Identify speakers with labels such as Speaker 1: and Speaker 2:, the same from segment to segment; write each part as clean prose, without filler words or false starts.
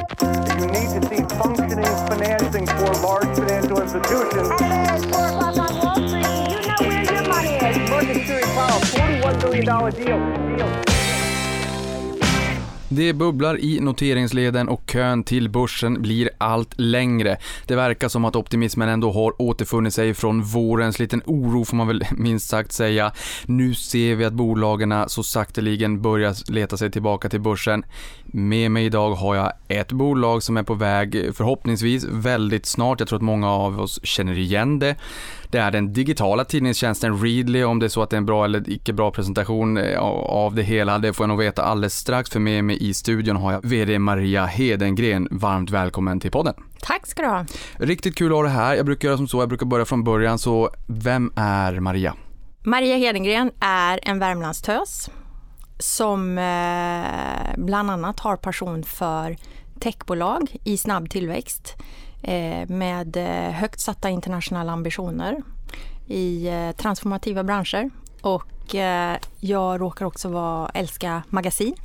Speaker 1: You need to see functioning financing for large financial institutions.
Speaker 2: Hey, 4 o'clock on Wall Street. You know where your money is.
Speaker 1: Market Series Powell, $41 billion deal.
Speaker 3: Det bubblar i noteringsleden och kön till börsen blir allt längre. Det verkar som att optimismen ändå har återfunnit sig från vårens liten oro, får man väl minst sagt säga. Nu ser vi att bolagen så sakteligen börjar leta sig tillbaka till börsen. Med mig idag har jag ett bolag som är på väg förhoppningsvis väldigt snart. Jag tror att många av oss känner igen det. Det är den digitala tidningstjänsten Readly. Om det är så att det är en bra eller icke bra presentation av det hela, det får jag nog veta alldeles strax. För med mig i studion har jag vd Maria Hedengren. Varmt välkommen till podden.
Speaker 4: Tack ska du ha.
Speaker 3: Riktigt kul att ha det här. Jag brukar göra som så, jag brukar börja från början. Så vem är Maria?
Speaker 4: Maria Hedengren är en Värmlandstös som bland annat har passion för techbolag i snabb tillväxt med högt satta internationella ambitioner i transformativa branscher, och jag råkar också älska magasin.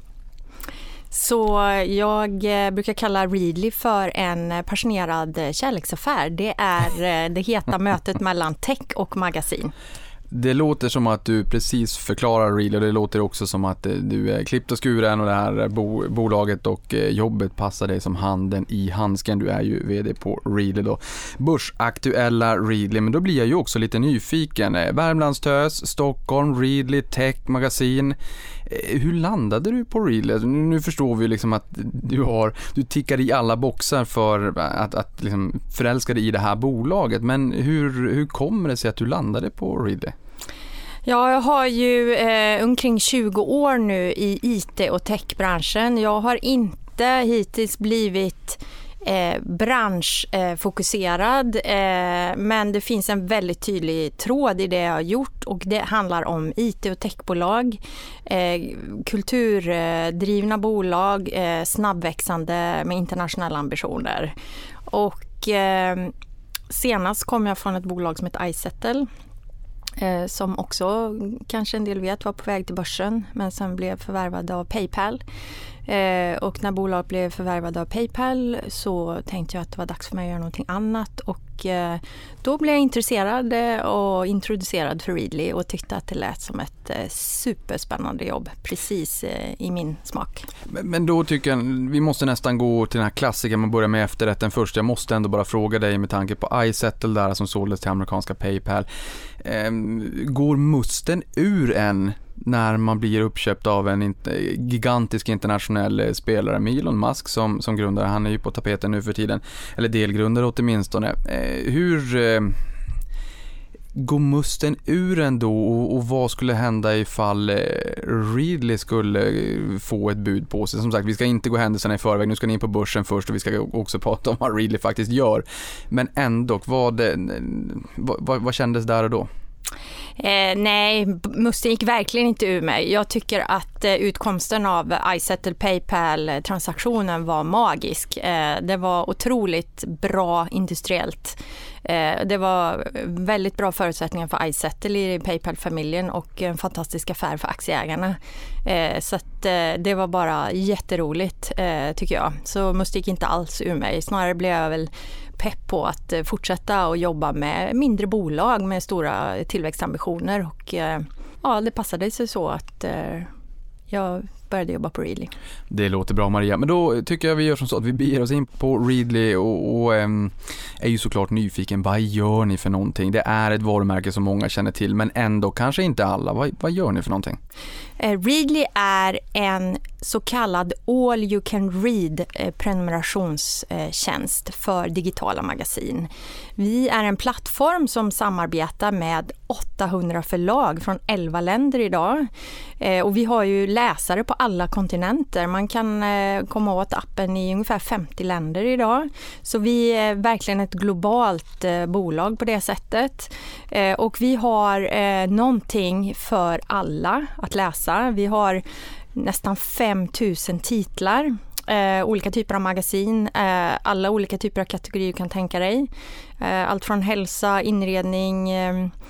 Speaker 4: Så jag brukar kalla Readly för en passionerad kärleksaffär. Det är det heta mötet mellan tech och magasin.
Speaker 3: Det låter som att du precis förklarar Readly, och det låter också som att du är klippt och skuren och det här bolaget och jobbet passar dig som handen i handsken. Du är ju vd på Readly då. Börsaktuella Readly, men då blir jag ju också lite nyfiken. Värmlandstös, Stockholm, Readly, tech, magasin. Hur landade du på Readly? Nu förstår vi liksom att du tickar i alla boxar för att liksom förälska dig i det här bolaget. Men hur kommer det sig att du landade på Readly?
Speaker 4: Ja, jag har ju omkring 20 år nu i IT- och techbranschen. Jag har inte hittills blivit branschfokuserad, men det finns en väldigt tydlig tråd i det jag har gjort, och det handlar om IT- och techbolag, kulturdrivna bolag, snabbväxande med internationella ambitioner. Och senast kom jag från ett bolag som heter iSettle, som också kanske en del vet var på väg till börsen, men sen blev förvärvad av PayPal. Och när bolaget blev förvärvad av PayPal så tänkte jag att det var dags för mig att göra någonting annat, och då blev jag intresserad och introducerad för Readly och tyckte att det lät som ett superspännande jobb, precis i min smak.
Speaker 3: Men då tycker jag vi måste nästan gå till den här klassiken, man börjar med efterrätten först. Jag måste ändå bara fråga dig med tanke på iSettle där som såldes till amerikanska PayPal. Går musten ur en när man blir uppköpt av en gigantisk internationell spelare med Elon Musk som grundare? Han är ju på tapeten nu för tiden, eller delgrundare åtminstone. Hur går musten ur ändå, och vad skulle hända ifall Readly skulle få ett bud på sig? Som sagt, vi ska inte gå händelserna i förväg, nu ska ni in på börsen först och vi ska också prata om vad Readly faktiskt gör. Men ändå, vad kändes där och då?
Speaker 4: Nej, musten gick verkligen inte ur mig. Jag tycker att utkomsten av iSettle PayPal-transaktionen var magisk. Det var otroligt bra industriellt. Det var väldigt bra förutsättningar för iSettle i PayPal-familjen och en fantastisk affär för aktieägarna. Så att det var bara jätteroligt, tycker jag. Så musten gick inte alls ur mig. Snarare blev jag väl pepp på att fortsätta och jobba med mindre bolag med stora tillväxtambitioner, och ja, det passade sig så att jag började jobba på Readly.
Speaker 3: Det låter bra, Maria. Men då tycker jag vi gör som så att vi beger oss in på Readly och är ju såklart nyfiken. Vad gör ni för någonting? Det är ett varumärke som många känner till, men ändå kanske inte alla. Vad gör ni för någonting?
Speaker 4: Readly är en så kallad all you can read prenumerationstjänst för digitala magasin. Vi är en plattform som samarbetar med 800 förlag från 11 länder idag. Och vi har ju läsare på alla kontinenter. Man kan komma åt appen i ungefär 50 länder idag. Så vi är verkligen ett globalt bolag på det sättet. Och vi har någonting för alla att läsa. Vi har nästan 5000 titlar, olika typer av magasin, alla olika typer av kategorier kan tänka dig. Allt från hälsa, inredning,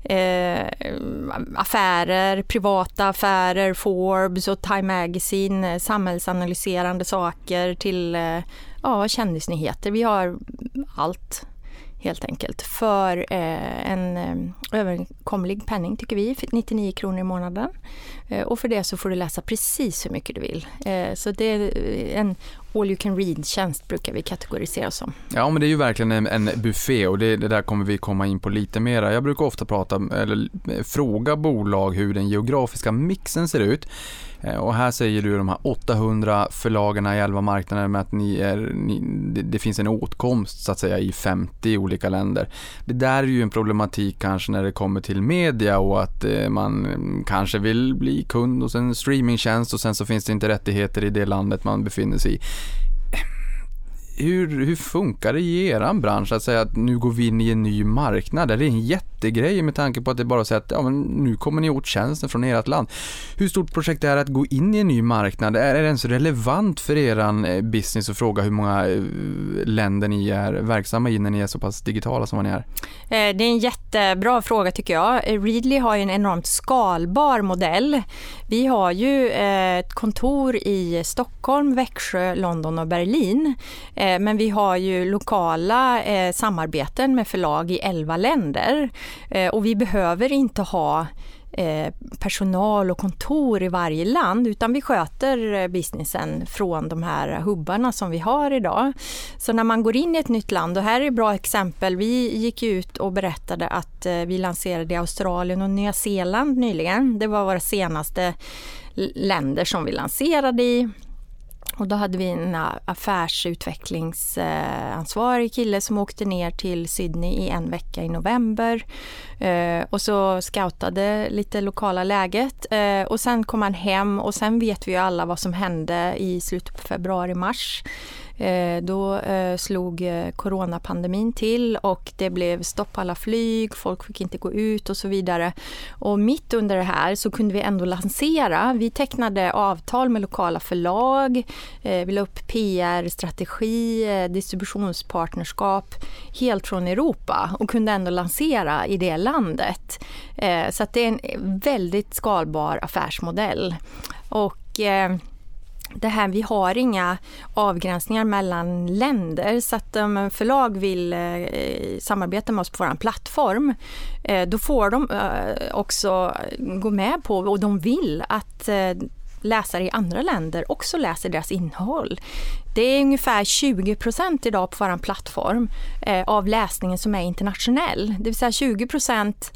Speaker 4: affärer, privata affärer, Forbes och Time Magazine, samhällsanalyserande saker till kändisnyheter. Vi har allt helt enkelt för en överkomlig penning tycker vi, 99 kronor i månaden. Och för det så får du läsa precis hur mycket du vill. Så det är en all you can read-tjänst brukar vi kategorisera som.
Speaker 3: Ja, men det är ju verkligen en buffé och det där kommer vi komma in på lite mer. Jag brukar ofta fråga bolag hur den geografiska mixen ser ut. Och här säger du de här 800 förlagarna i 11 marknader med att det finns en åtkomst så att säga i 50 olika länder. Det där är ju en problematik kanske när det kommer till media och att man kanske vill bli kund hos en streamingtjänst och sen så finns det inte rättigheter i det landet man befinner sig i. Hur funkar det i eran bransch att säga att nu går vi in i en ny marknad? Det är en jättegrej med tanke på att det bara säger att men nu kommer ni åt tjänsten från ert land. Hur stort projekt är det att gå in i en ny marknad? Är det ens relevant för eran business att fråga hur många länder ni är verksamma i när ni är så pass digitala som ni är?
Speaker 4: Det är en jättebra fråga tycker jag. Readly har ju en enormt skalbar modell. Vi har ju ett kontor i Stockholm, Växjö, London och Berlin. Men vi har ju lokala samarbeten med förlag i 11 länder och vi behöver inte ha personal och kontor i varje land utan vi sköter businessen från de här hubbarna som vi har idag. Så när man går in i ett nytt land, och här är ett bra exempel, vi gick ut och berättade att vi lanserade i Australien och Nya Zeeland nyligen. Det var våra senaste länder som vi lanserade i. Och då hade vi en affärsutvecklingsansvarig kille som åkte ner till Sydney i en vecka i november och så scoutade lite lokala läget och sen kom han hem och sen vet vi ju alla vad som hände i slutet på februari-mars. Då slog coronapandemin till och det blev stopp på alla flyg, folk fick inte gå ut och så vidare. Och mitt under det här så kunde vi ändå lansera. Vi tecknade avtal med lokala förlag, vi la upp PR-strategi, distributionspartnerskap helt från Europa och kunde ändå lansera i det landet. Så att det är en väldigt skalbar affärsmodell. Och det här, vi har inga avgränsningar mellan länder så att om förlag vill samarbeta med oss på vår plattform då får de också gå med på och de vill att läsare i andra länder också läser deras innehåll. Det är ungefär 20% idag på vår plattform av läsningen som är internationell. Det vill säga 20%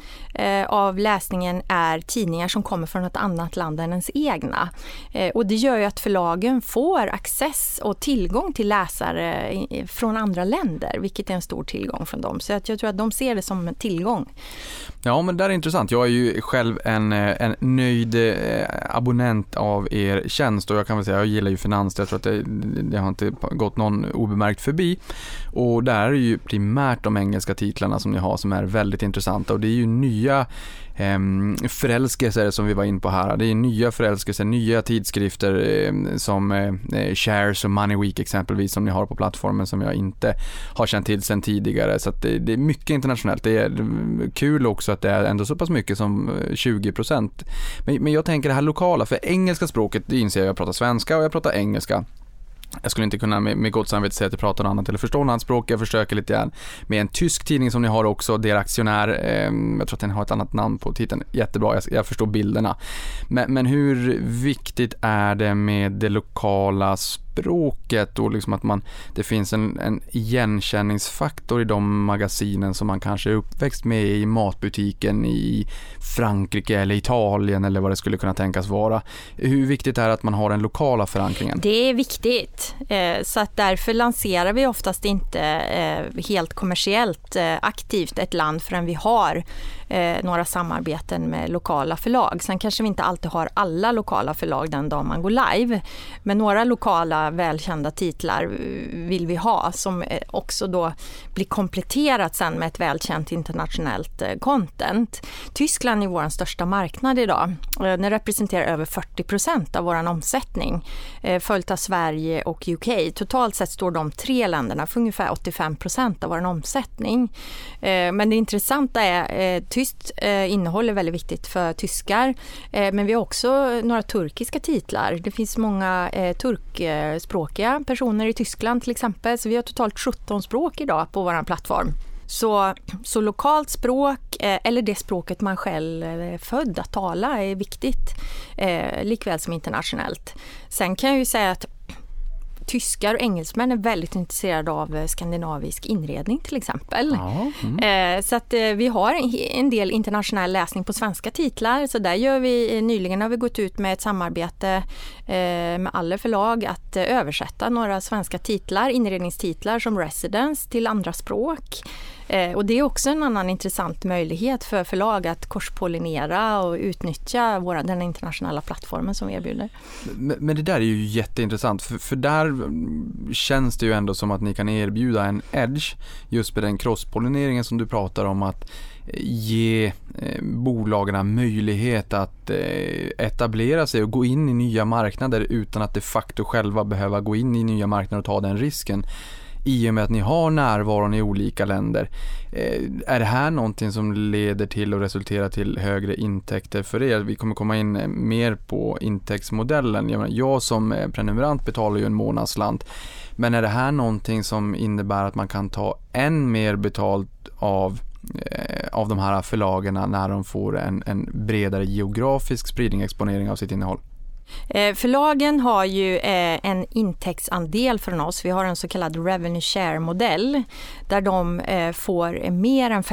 Speaker 4: av läsningen är tidningar som kommer från ett annat land än ens egna. Och det gör ju att förlagen får access och tillgång till läsare från andra länder, vilket är en stor tillgång från dem. Så jag tror att de ser det som en tillgång.
Speaker 3: Ja, men det är intressant. Jag är ju själv en nöjd abonnent av er tjänst och jag kan väl säga jag gillar ju finans. Jag tror att det har inte gått någon obemärkt förbi. Och där är ju primärt de engelska titlarna som ni har som är väldigt intressanta och det är ju nya förälskelser som vi var in på här. Det är nya förälskelser, nya tidskrifter som Shares och Money Week exempelvis som ni har på plattformen som jag inte har känt till sedan tidigare. Så att det är mycket internationellt. Det är kul också att det är ändå så pass mycket som 20%. Men jag tänker det här lokala, för engelska språket, det inser jag pratar svenska och jag pratar engelska. Jag skulle inte kunna med gott samvete säga att jag pratar något annat eller förstår något annat språk. Jag försöker lite grann med en tysk tidning som ni har också, Der Aktionär. Jag tror att den har ett annat namn på titeln. Jättebra, jag förstår bilderna. Men hur viktigt är det med det lokala språket och liksom att det finns en igenkänningsfaktor i de magasinen som man kanske är uppväxt med i matbutiken i Frankrike eller Italien eller vad det skulle kunna tänkas vara. Hur viktigt är det att man har den lokala förankringen? Det är viktigt, så att därför lanserar vi oftast inte helt kommersiellt aktivt ett land förrän vi har några samarbeten med lokala förlag. Sen kanske vi inte alltid har alla lokala förlag den dag man går live, men några lokala
Speaker 4: nya välkända titlar vill vi ha som också då blir kompletterat sen med ett välkänt internationellt content. Tyskland är vår största marknad idag. Den representerar över 40% av vår omsättning, följt av Sverige och UK. Totalt sett står de 3 länderna för ungefär 85% av vår omsättning. Men det intressanta är tyskt innehåll är väldigt viktigt för tyskar, men vi har också några turkiska titlar. Det finns många turkspråkiga personer i Tyskland till exempel, så vi har totalt 17 språk idag på vår plattform. Så lokalt språk eller det språket man själv är född att tala är viktigt, likväl som internationellt. Sen kan jag ju säga att tyskar och engelsmän är väldigt intresserade av skandinavisk inredning till exempel. Så att vi har en del internationell läsning på svenska titlar, så där gör vi, nyligen har vi gått ut med ett samarbete med alla förlag att översätta några svenska titlar, inredningstitlar som Residence till andra språk. Och det är också en annan intressant möjlighet för förlag att korspollinera och utnyttja den internationella plattformen som vi erbjuder.
Speaker 3: Men det där är ju jätteintressant, för där känns det ju ändå som att ni kan erbjuda en edge just med den crosspollineringen som du pratar om, att ge bolagen möjlighet att etablera sig och gå in i nya marknader utan att de facto själva behöva gå in i nya marknader och ta den risken. I och med att ni har närvaron i olika länder. Är det här någonting som leder till och resulterar till högre intäkter för er? Vi kommer komma in mer på intäktsmodellen. Jag som prenumerant betalar ju en månadsslant. Men är det här någonting som innebär att man kan ta än mer betalt av de här förlagen när de får en bredare geografisk spridning och exponering av sitt innehåll?
Speaker 4: Förlagen har ju en intäktsandel från oss. Vi har en så kallad revenue share-modell där de får mer än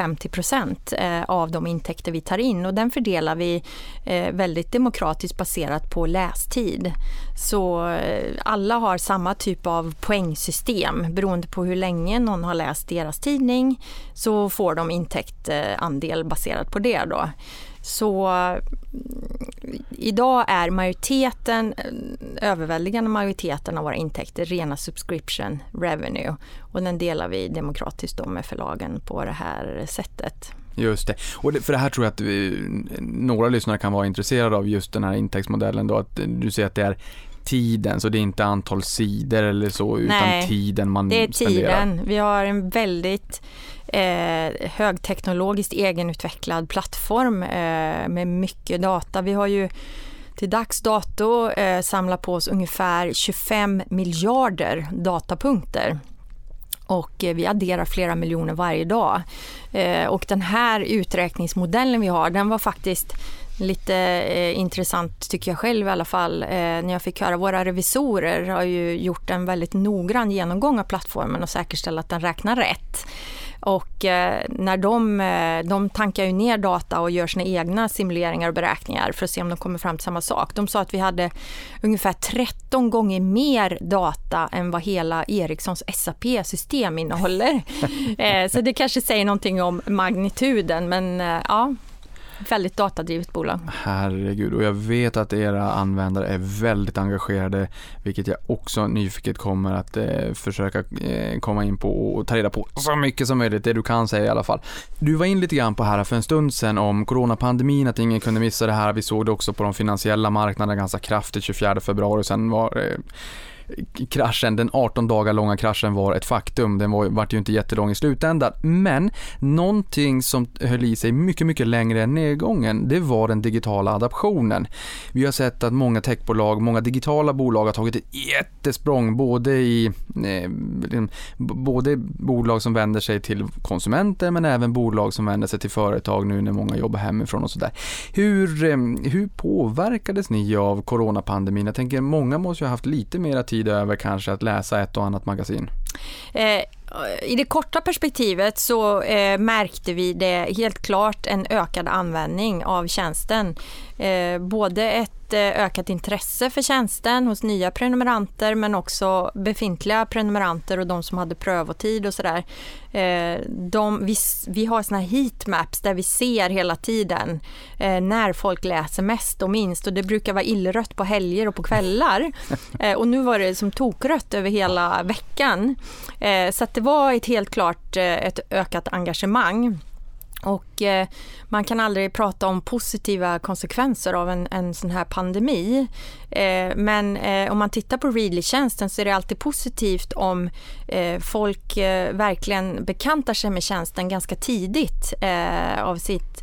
Speaker 4: 50% av de intäkter vi tar in, och den fördelar vi väldigt demokratiskt baserat på lästid. Så alla har samma typ av poängsystem. Beroende på hur länge någon har läst deras tidning så får de intäktandel baserat på det då. Så idag är överväldigande majoriteten av våra intäkter rena subscription revenue, och den delar vi demokratiskt då med förlagen på det här sättet.
Speaker 3: Just det. Och för det här tror jag att några lyssnare kan vara intresserade av, just den här intäktsmodellen då, att du säger att det är tiden, så det är inte antal sidor eller så, utan tiden man spenderar. Det är tiden.
Speaker 4: Vi har en väldigt högteknologiskt egenutvecklad plattform med mycket data. Vi har ju till dags dato samlat på oss ungefär 25 miljarder datapunkter. Och vi adderar flera miljoner varje dag. Och den här uträkningsmodellen vi har, den var faktiskt lite intressant tycker jag själv i alla fall. När jag fick höra, våra revisorer har ju gjort en väldigt noggrann genomgång av plattformen och säkerställa att den räknar rätt. Och när de tankar ju ner data och gör sina egna simuleringar och beräkningar för att se om de kommer fram till samma sak. De sa att vi hade ungefär 13 gånger mer data än vad hela Ericssons SAP-system innehåller. Så det kanske säger någonting om magnituden, men ja, väldigt datadrivet bolag.
Speaker 3: Herregud, och jag vet att era användare är väldigt engagerade, vilket jag också nyfiket kommer att försöka komma in på och ta reda på så mycket som möjligt, det du kan säga i alla fall. Du var in lite grann på här för en stund sedan om coronapandemin, att ingen kunde missa det här. Vi såg det också på de finansiella marknaderna ganska kraftigt 24 februari, sen var kraschen, den 18 dagar långa kraschen var ett faktum. Den var ju inte jättelång i slutändan, men någonting som höll i sig mycket, mycket längre än nedgången, det var den digitala adaptionen. Vi har sett att många techbolag, många digitala bolag har tagit ett jättesprång, både bolag som vänder sig till konsumenter men även bolag som vänder sig till företag nu när många jobbar hemifrån och sådär. Hur påverkades ni av coronapandemin? Jag tänker många måste ju ha haft lite mer tid över kanske att läsa ett och annat magasin.
Speaker 4: I det korta perspektivet så märkte vi det helt klart en ökad användning av tjänsten. Både ett ökat intresse för tjänsten hos nya prenumeranter men också befintliga prenumeranter och de som hade prövotid och sådär. Vi har såna här heatmaps där vi ser hela tiden när folk läser mest och minst, och det brukar vara illrött på helger och på kvällar. Och nu var det som tokrött över hela veckan. Så att det var helt klart ett ökat engagemang. Och man kan aldrig prata om positiva konsekvenser av en sån här pandemi. Men om man tittar på Readly-tjänsten så är det alltid positivt om folk verkligen bekantar sig med tjänsten ganska tidigt av sitt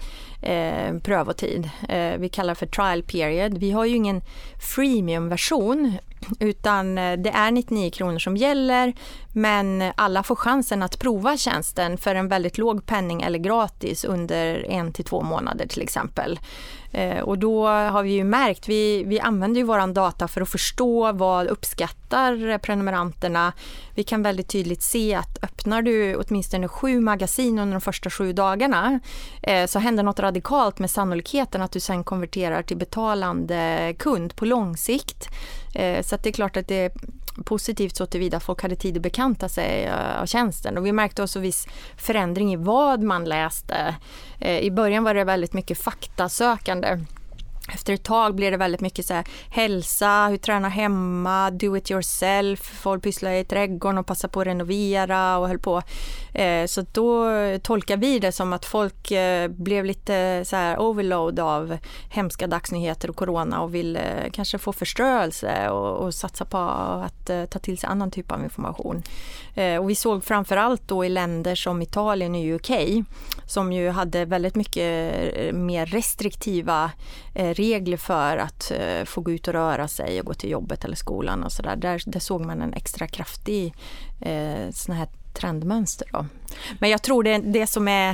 Speaker 4: prövotid. Vi kallar för trial period. Vi har ju ingen freemium-version utan det är 99 kronor som gäller, men alla får chansen att prova tjänsten för en väldigt låg penning eller gratis under 1 till 2 månader till exempel. Och då har vi ju märkt, vi använder ju våran data för att förstå vad uppskattar prenumeranterna. Vi kan väldigt tydligt se att öppnar du åtminstone 7 magasin under de första 7 dagarna så händer något radikalt med sannolikheten att du sen konverterar till betalande kund på lång sikt. Så att det är klart att det är positivt så tillvida att folk hade tid att bekanta sig av tjänsten. Och vi märkte också viss förändring i vad man läste. I början var det väldigt mycket faktasökande. Efter ett tag blev det väldigt mycket så här, hälsa, hur träna hemma, do it yourself, folk pysslar i trädgården och passar på att renovera och höll på. Så då tolkar vi det som att folk blev lite så här overload av hemska dagsnyheter och corona och vill kanske få förstörelse och satsa på att ta till sig annan typ av information. Och vi såg framförallt då i länder som Italien och UK som ju hade väldigt mycket mer restriktiva regler för att få gå ut och röra sig och gå till jobbet eller skolan och sådär. Där såg man en extra kraftig sån här trendmönster då. Men jag tror det som är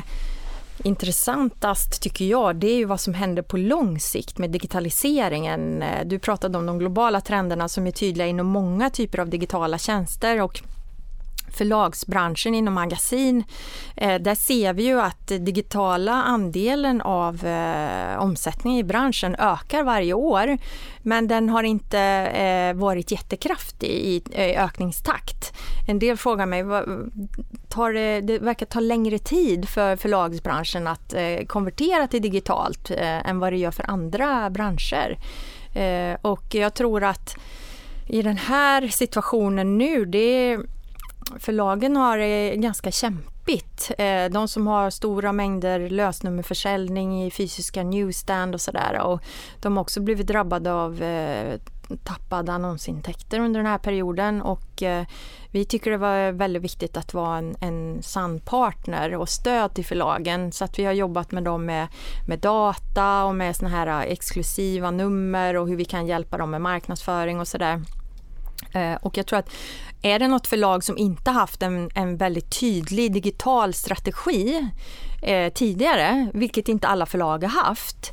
Speaker 4: intressantast tycker jag, det är ju vad som händer på lång sikt med digitaliseringen. Du pratade om de globala trenderna som är tydliga inom många typer av digitala tjänster, och förlagsbranschen inom magasin, där ser vi ju att digitala andelen av omsättningen i branschen ökar varje år, men den har inte varit jättekraftig i ökningstakt. En del frågar mig, det verkar ta längre tid för förlagsbranschen att konvertera till digitalt än vad det gör för andra branscher. Och jag tror att i den här situationen nu, förlagen har det ganska kämpigt. De som har stora mängder lösnummerförsäljning i fysiska newsstand och sådär. Och de har också blivit drabbade av tappade annonsintäkter under den här perioden. Och vi tycker det var väldigt viktigt att vara en sann partner och stöd till förlagen. Så att vi har jobbat med dem med data och med såna här exklusiva nummer och hur vi kan hjälpa dem med marknadsföring och sådär. Och jag tror att är det något förlag som inte haft en väldigt tydlig digital strategi tidigare, vilket inte alla förlag har haft,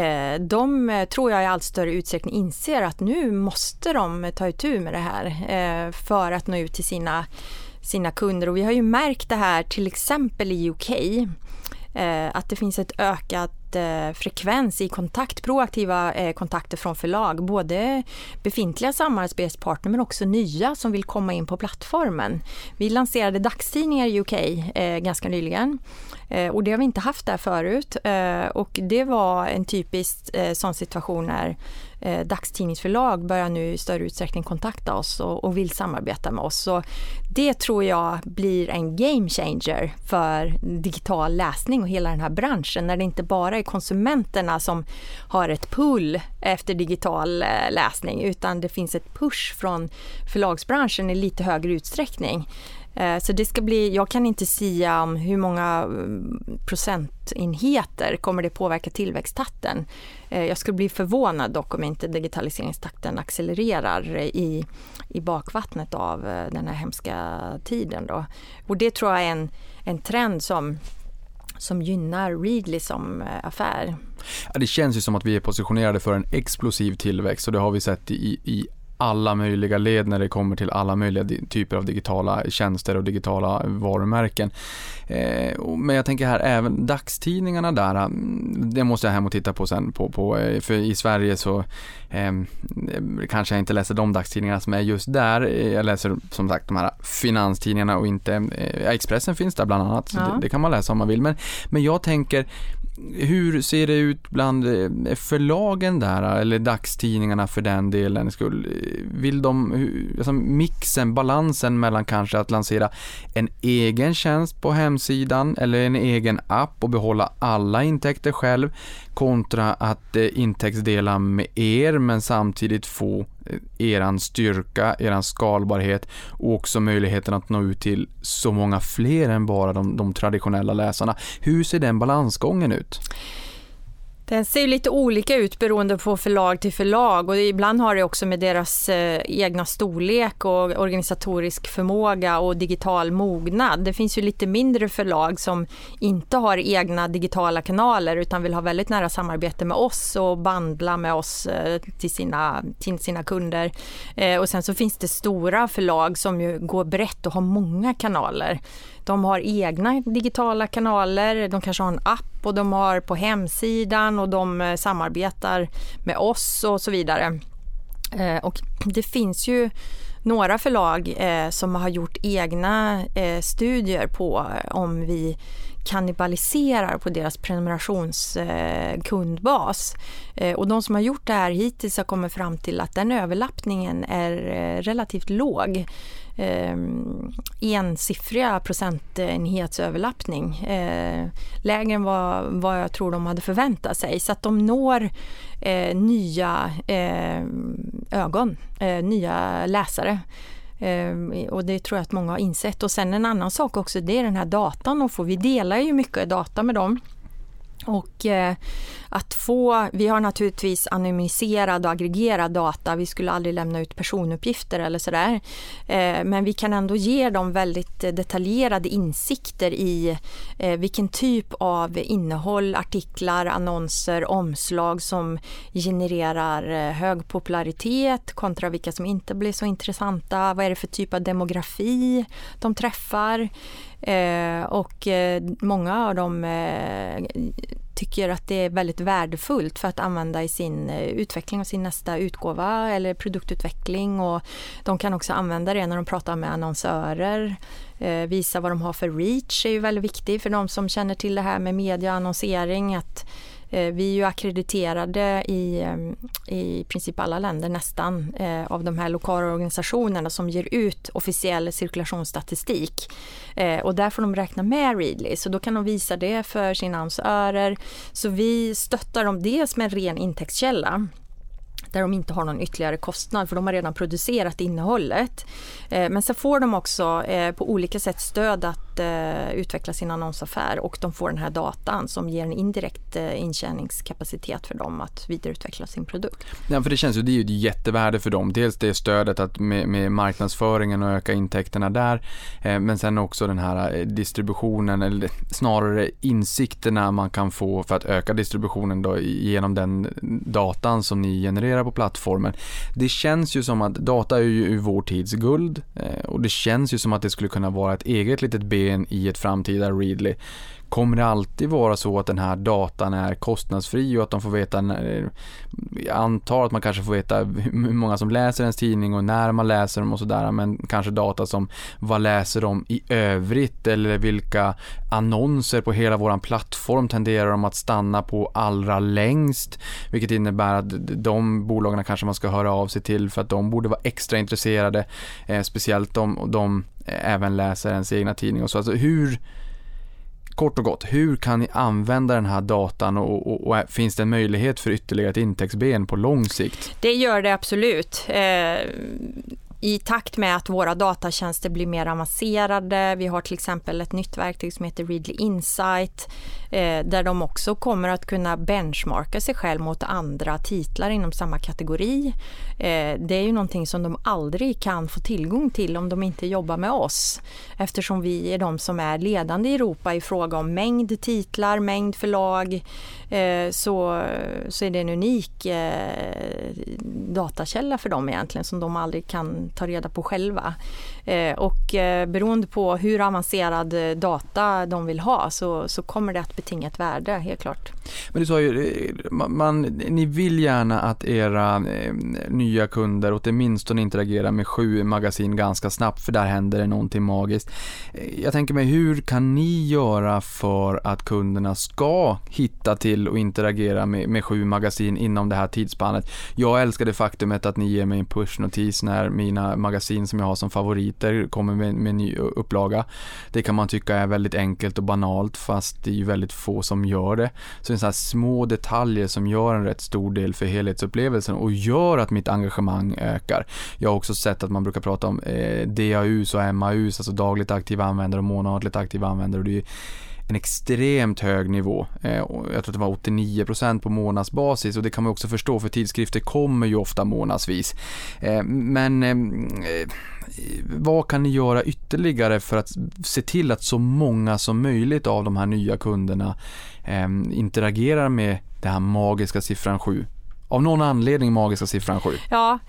Speaker 4: de tror jag i allt större utsträckning inser att nu måste de ta itu med det här för att nå ut till sina kunder. Och vi har ju märkt det här till exempel i UK, att det finns ett ökat frekvens i proaktiva kontakter från förlag, både befintliga samarbetspartner men också nya som vill komma in på plattformen. Vi lanserade dagstidningar i UK ganska nyligen och det har vi inte haft där förut, och det var en typisk sån situation när dagstidningsförlag börjar nu i större utsträckning kontakta oss och vill samarbeta med oss. Så det tror jag blir en game changer för digital läsning och hela den här branschen, när det inte bara är konsumenterna som har ett pull efter digital läsning, utan det finns ett push från förlagsbranschen i lite högre utsträckning. Så det ska bli, jag kan inte säga om hur många procentenheter kommer det påverka tillväxttakten. Jag skulle bli förvånad dock om inte digitaliseringstakten accelererar i bakvattnet av den här hemska tiden då. Och det tror jag är en trend som gynnar Readly som affär.
Speaker 3: Ja, det känns ju som att vi är positionerade för en explosiv tillväxt, och det har vi sett i alla möjliga led när det kommer till alla möjliga typer av digitala tjänster och digitala varumärken. Men jag tänker här, även dagstidningarna där, det måste jag hem och titta på sen. För i Sverige så kanske jag inte läser de dagstidningarna som är just där. Jag läser som sagt de här finanstidningarna och inte... Expressen finns där bland annat, så det kan man läsa om man vill. Men jag tänker... Hur ser det ut bland förlagen där, eller dagstidningarna för den delen? Vill de, alltså mixen, balansen mellan kanske att lansera en egen tjänst på hemsidan eller en egen app och behålla alla intäkter själv kontra att intäktsdela med er men samtidigt få eran styrka, eran skalbarhet och också möjligheten att nå ut till så många fler än bara de traditionella läsarna. Hur ser den balansgången ut?
Speaker 4: Den ser lite olika ut beroende på förlag till förlag, och ibland har det också med deras egna storlek och organisatorisk förmåga och digital mognad. Det finns ju lite mindre förlag som inte har egna digitala kanaler utan vill ha väldigt nära samarbete med oss och bandla med oss till sina kunder. Och sen så finns det stora förlag som ju går brett och har många kanaler. De har egna digitala kanaler, de kanske har en app och de har på hemsidan och de samarbetar med oss och så vidare. Och det finns ju några förlag som har gjort egna studier på om vi kannibaliserar på deras prenumerationskundbas. Och de som har gjort det här hittills har kommit fram till att den överlappningen är relativt låg. Ensiffriga procentenhetsöverlappning, lägre än vad jag tror de hade förväntat sig, så att de når nya ögon, nya läsare. Och det tror jag att många har insett. Och sen en annan sak också, det är den här datan, och vi delar ju mycket data med dem. Och vi har naturligtvis anonymiserad och aggregerad data. Vi skulle aldrig lämna ut personuppgifter eller sådär. Men vi kan ändå ge dem väldigt detaljerade insikter i vilken typ av innehåll, artiklar, annonser, omslag som genererar hög popularitet kontra vilka som inte blir så intressanta. Vad är det för typ av demografi de träffar? Och många av dem tycker att det är väldigt värdefullt för att använda i sin utveckling av sin nästa utgåva eller produktutveckling, och de kan också använda det när de pratar med annonsörer. Visa vad de har för reach är ju väldigt viktigt för de som känner till det här med media och annonsering, att vi är ju akkrediterade i princip alla länder nästan av de här lokala organisationerna som ger ut officiell cirkulationsstatistik. Och där får de räkna med Readly, så då kan de visa det för sina annonsörer. Så vi stöttar dem dels med en ren intäktskälla där de inte har någon ytterligare kostnad för de har redan producerat innehållet. Men så får de också på olika sätt stöd att utveckla sin annonsaffär, och de får den här datan som ger en indirekt intjäningskapacitet för dem att vidareutveckla sin produkt.
Speaker 3: Ja, för det känns ju, det är ju ett jättevärde för dem. Dels det stödet att med marknadsföringen och öka intäkterna där, men sen också den här distributionen, eller snarare insikterna man kan få för att öka distributionen då, genom den datan som ni genererar på plattformen. Det känns ju som att data är ju vår tids guld, och det känns ju som att det skulle kunna vara ett eget litet ben i ett framtida Readly. Kommer det alltid vara så att den här datan är kostnadsfri och att de får veta, jag antar att man kanske får veta hur många som läser ens tidning och när man läser dem och sådär, men kanske data som vad läser de i övrigt, eller vilka annonser på hela våran plattform tenderar de att stanna på allra längst, vilket innebär att de bolagen kanske man ska höra av sig till för att de borde vara extra intresserade, speciellt om de även läser ens egna tidning och så. Alltså kort och gott, hur kan ni använda den här datan och finns det en möjlighet för ytterligare ett intäktsben på lång sikt?
Speaker 4: Det gör det absolut. i takt med att våra datatjänster blir mer avancerade, vi har till exempel ett nytt verktyg som heter Readly Insight, där de också kommer att kunna benchmarka sig själv mot andra titlar inom samma kategori. Det är ju någonting som de aldrig kan få tillgång till om de inte jobbar med oss, eftersom vi är de som är ledande i Europa i fråga om mängd titlar, mängd förlag, så är det en unik datakälla för dem egentligen som de aldrig kan ta reda på själva. Och beroende på hur avancerad data de vill ha så kommer det att betinga ett värde, helt klart.
Speaker 3: Men du sa ju, ni vill gärna att era nya kunder åtminstone interagerar med 7 magasin ganska snabbt, för där händer det någonting magiskt. Jag tänker mig, hur kan ni göra för att kunderna ska hitta till och interagera med 7 magasin inom det här tidsspannet? Jag älskar det faktumet att ni ger mig en pushnotis när mina magasin som jag har som favoriter kommer med en ny upplaga. Det kan man tycka är väldigt enkelt och banalt, fast det är ju väldigt få som gör det. Så det är så här små detaljer som gör en rätt stor del för helhetsupplevelsen och gör att mitt engagemang ökar. Jag har också sett att man brukar prata om DAUs och MAUs, alltså dagligt aktiva användare och månatligt aktiva användare, och det är en extremt hög nivå. Jag tror att det var 89% på månadsbasis, och det kan man också förstå, för tidskrifter kommer ju ofta månadsvis. Men vad kan ni göra ytterligare för att se till att så många som möjligt av de här nya kunderna interagerar med det här magiska siffran 7? Av någon anledning magiska siffran 7.
Speaker 4: Ja,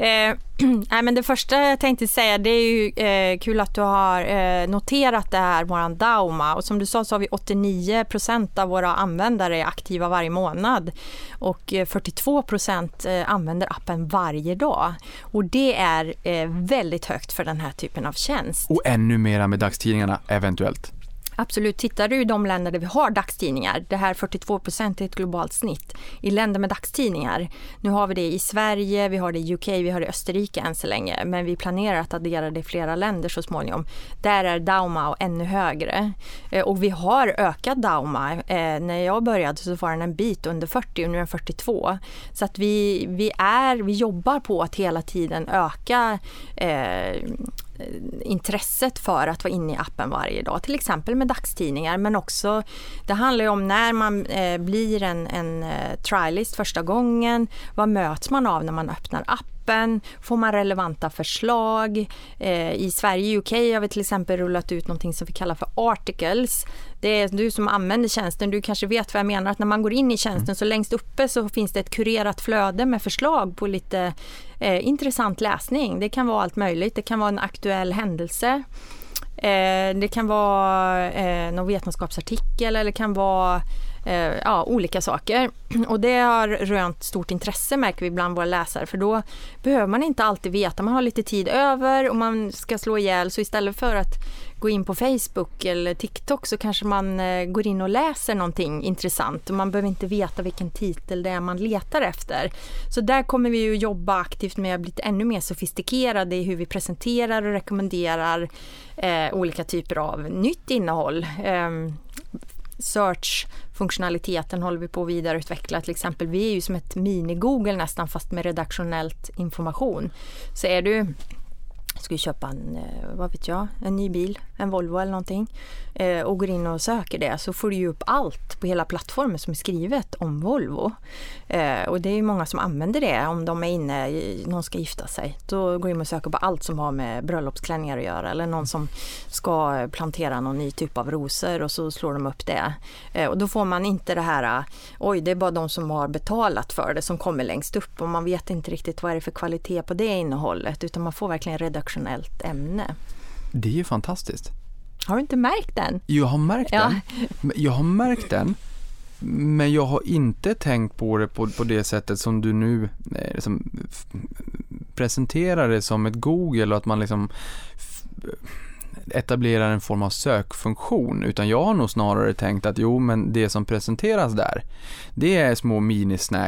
Speaker 4: men det första jag tänkte säga, det är ju kul att du har noterat det här, våran Dauma. Och som du sa så har vi 89% av våra användare aktiva varje månad. Och 42% använder appen varje dag. Och det är väldigt högt för den här typen av tjänst.
Speaker 3: Och ännu mera med dagstidningarna eventuellt.
Speaker 4: Absolut, tittar du i de länder där vi har dagstidningar, det här 42% är ett globalt snitt i länder med dagstidningar. Nu har vi det i Sverige, vi har det i UK, vi har det i Österrike än så länge, men vi planerar att addera det i flera länder så småningom. Där är Dauma ännu högre. Och vi har ökat Dauma. När jag började så var den en bit under 40 och nu är den 42. Så att vi jobbar på att hela tiden öka intresset för att vara inne i appen varje dag, till exempel med dagstidningar, men också det handlar ju om när man blir en trialist första gången, vad möts man av när man öppnar appen, får man relevanta förslag. I Sverige och UK har vi till exempel rullat ut någonting som vi kallar för articles. Det är du som använder tjänsten, du kanske vet vad jag menar, att när man går in i tjänsten så längst uppe så finns det ett kurerat flöde med förslag på lite intressant läsning. Det kan vara allt möjligt, det kan vara en aktuell händelse, det kan vara någon vetenskapsartikel, eller det kan vara olika saker. Och det har rönt stort intresse, märker vi bland våra läsare, för då behöver man inte alltid veta, man har lite tid över och man ska slå ihjäl, så istället för att gå in på Facebook eller TikTok så kanske man går in och läser någonting intressant och man behöver inte veta vilken titel det är man letar efter. Så där kommer vi ju jobba aktivt med att bli ännu mer sofistikerade i hur vi presenterar och rekommenderar olika typer av nytt innehåll. Search-funktionaliteten håller vi på att vidareutveckla. Till exempel, vi är ju som ett mini-Google nästan, fast med redaktionellt information. Så är du ska köpa en ny bil, en Volvo eller någonting, och går in och söker det, så får du ju upp allt på hela plattformen som är skrivet om Volvo. Och det är ju många som använder det om de är inne, någon ska gifta sig. Då går de in och söker på allt som har med bröllopsklänningar att göra, eller någon som ska plantera någon ny typ av rosor, och så slår de upp det. Och då får man inte det här, det är bara de som har betalat för det som kommer längst upp, och man vet inte riktigt vad är det för kvalitet på det innehållet, utan man får verkligen redaktionellt ämne.
Speaker 3: Det är ju fantastiskt.
Speaker 4: Har du inte märkt den?
Speaker 3: Jag har märkt den. Jag har märkt den, men jag har inte tänkt på det på det sättet som du nu liksom presenterar det som ett Google, och att man liksom etablerar en form av sökfunktion, utan jag har nog snarare tänkt att men det som presenteras där, det är små minisnacks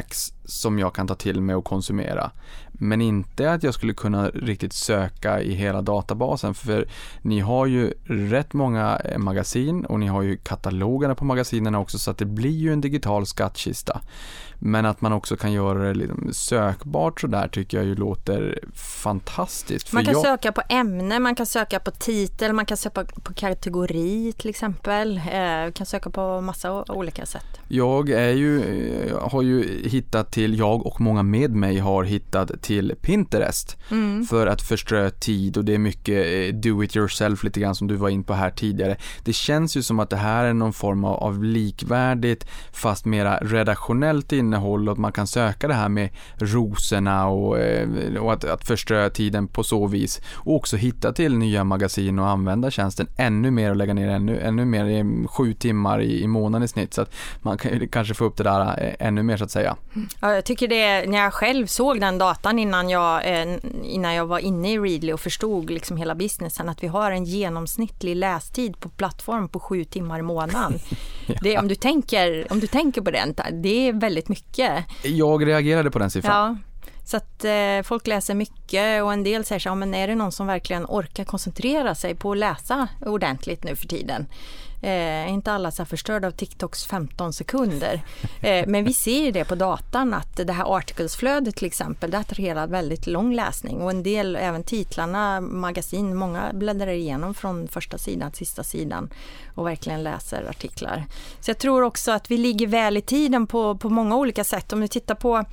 Speaker 3: som jag kan ta till mig och konsumera. Men inte att jag skulle kunna riktigt söka i hela databasen, för ni har ju rätt många magasin och ni har ju katalogerna på magasinerna också, så att det blir ju en digital skattkista. Men att man också kan göra det liksom sökbart så där tycker jag ju låter fantastiskt. För
Speaker 4: man kan söka på ämne, man kan söka på titel, man kan söka på kategori till exempel. Kan söka på massa olika sätt.
Speaker 3: Jag har ju hittat till, jag och många med mig har hittat till Pinterest för att förströ tid, och det är mycket do it yourself lite grann som du var in på här tidigare. Det känns ju som att det här är någon form av likvärdigt fast mera redaktionellt innehåll, och att man kan söka det här med rosorna och att förströ tiden på så vis, och också hitta till nya magasin och använda tjänsten ännu mer och lägga ner ännu mer i 7 timmar i månaden i snitt, så att man kan kanske få upp det där ännu mer så att säga.
Speaker 4: Ja, jag tycker det, när jag själv såg den datan innan jag var inne i Readly och förstod liksom hela businessen, att vi har en genomsnittlig lästid på plattform på 7 timmar i månaden. Ja. Det, om du tänker på den, det är väldigt mycket. Jag
Speaker 3: reagerade på den siffran.
Speaker 4: Ja. Så att folk läser mycket, och en del säger så här, men är det någon som verkligen orkar koncentrera sig på att läsa ordentligt nu för tiden? Inte alla så här förstörda av TikToks 15 sekunder. Men vi ser ju det på datan, att det här articlesflödet till exempel, det attraherar väldigt lång läsning, och en del, även titlarna, magasin, många bläddrar igenom från första sidan till sista sidan och verkligen läser artiklar. Så jag tror också att vi ligger väl i tiden på många olika sätt. Om du tittar på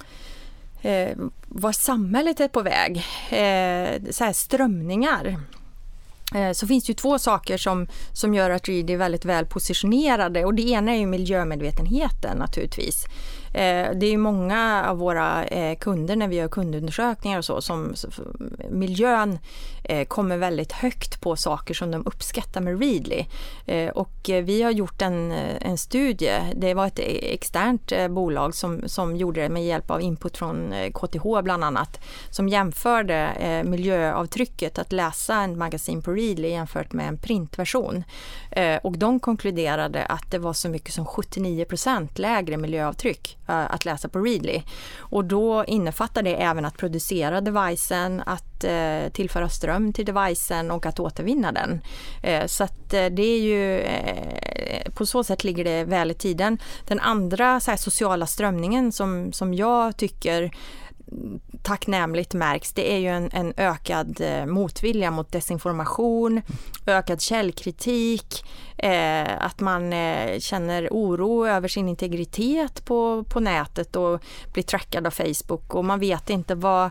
Speaker 4: var samhället är på väg, så här strömningar, så finns det ju 2 saker som gör att Readly är väldigt väl positionerade, och det ena är ju miljömedvetenheten naturligtvis. Det är ju många av våra kunder, när vi gör kundundersökningar och så, som miljön kommer väldigt högt på saker som de uppskattar med Readly. Och vi har gjort en studie, det var ett externt bolag som gjorde det med hjälp av input från KTH bland annat, som jämförde miljöavtrycket att läsa en magasin på Readly jämfört med en printversion. Och de konkluderade att det var så mycket som 79% lägre miljöavtryck att läsa på Readly. Och då innefattar det även att producera devicen, att tillföra ström till devicen och att återvinna den. Så att det är ju, på så sätt ligger det väl i tiden. Den andra så här, sociala strömningen som jag tycker tacknämligt märks, det är ju en ökad motvilja mot desinformation, ökad källkritik, att man känner oro över sin integritet på nätet och blir trackad av Facebook, och man vet inte vad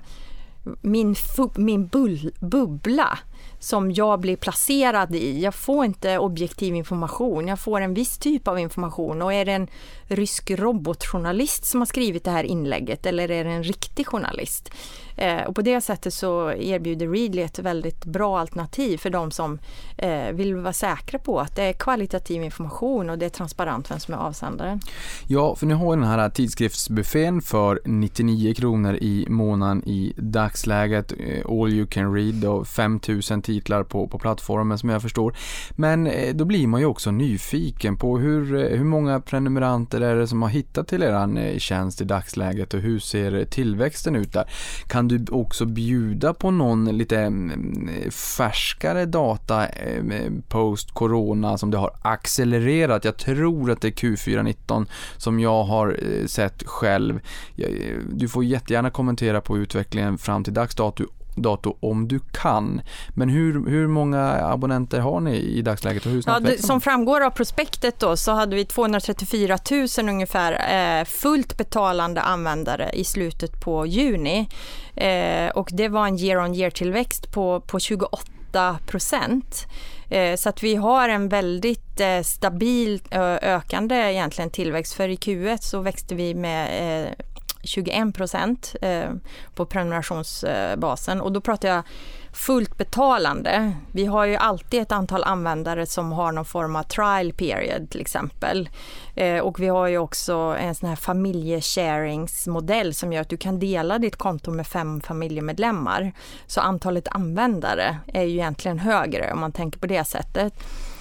Speaker 4: min bubbla som jag blir placerad i. Jag får inte objektiv information. Jag får en viss typ av information. Och är det en rysk robotjournalist som har skrivit det här inlägget, eller är det en riktig journalist? Och på det sättet så erbjuder Readly ett väldigt bra alternativ för de som vill vara säkra på att det är kvalitativ information och det är transparent vem som är avsändaren. Ja,
Speaker 3: för nu har den här tidskriftsbuffén för 99 kronor i månaden i dagsläget. All you can read och 5000 titlar på plattformen som jag förstår. Men då blir man ju också nyfiken på hur många prenumeranter är det som har hittat till eran tjänst i dagsläget och hur ser tillväxten ut där? Kan du också bjuda på någon lite färskare data post-corona som det har accelererat? Jag tror att det är Q4-19 som jag har sett själv. Du får jättegärna kommentera på utvecklingen fram till dags dato om du kan. Men hur många abonnenter har ni i dagsläget och hur snabbt växer de?
Speaker 4: Som framgår av prospektet då, så hade vi 234 000 ungefär fullt betalande användare i slutet på juni. Och det var en year-on-year-tillväxt på 28%. Så att vi har en väldigt stabil ökande egentligen tillväxt. För i Q1 så växte vi med 21% på prenumerationsbasen, och då pratar jag fullt betalande. Vi har ju alltid ett antal användare som har någon form av trial period till exempel, och vi har ju också en sån här familjesharingsmodell som gör att du kan dela ditt konto med 5 familjemedlemmar, så antalet användare är ju egentligen högre om man tänker på det sättet.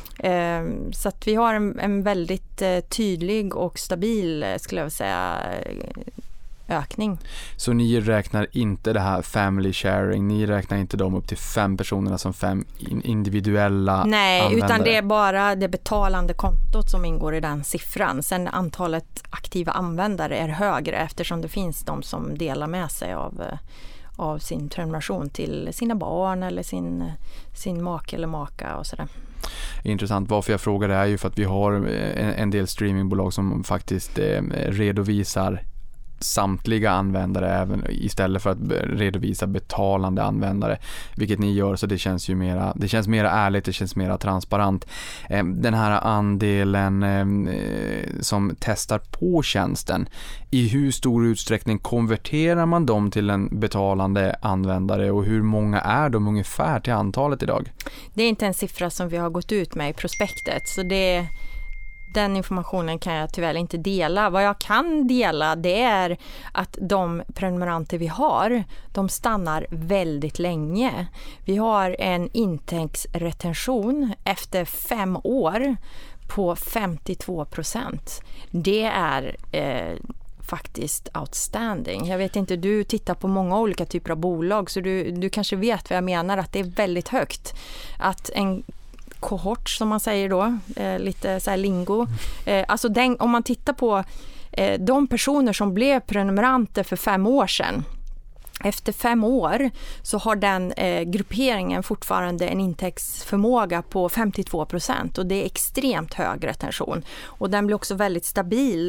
Speaker 4: Så att vi har en väldigt tydlig och stabil, skulle jag säga, ökning.
Speaker 3: Så ni räknar inte det här family sharing, ni räknar inte dem upp till 5 personerna som 5 individuella användare?
Speaker 4: Utan det är bara det betalande kontot som ingår i den siffran. Sen antalet aktiva användare är högre eftersom det finns de som delar med sig av sin prenumeration till sina barn eller sin make eller maka och sådär.
Speaker 3: Intressant. Varför jag frågar det är ju för att vi har en del streamingbolag som faktiskt redovisar samtliga användare även istället för att redovisa betalande användare, vilket ni gör, så det känns ju mera ärligt, det känns mera transparent. Den här andelen som testar på tjänsten, i hur stor utsträckning konverterar man dem till en betalande användare och hur många är de ungefär till antalet idag?
Speaker 4: Det är inte en siffra som vi har gått ut med i prospektet, så den informationen kan jag tyvärr inte dela. Vad jag kan dela, det är att de prenumeranter vi har, de stannar väldigt länge. Vi har en intäktsretention efter 5 år på 52%. Det är faktiskt outstanding. Jag vet inte, du tittar på många olika typer av bolag, så du kanske vet vad jag menar, att det är väldigt högt. Att en kohort, som man säger då, lite så här lingo. Alltså om man tittar på de personer som blev prenumeranter för 5 år sedan, efter 5 år så har den grupperingen fortfarande en intäktsförmåga på 52% och det är extremt hög retention. Och den blir också väldigt stabil.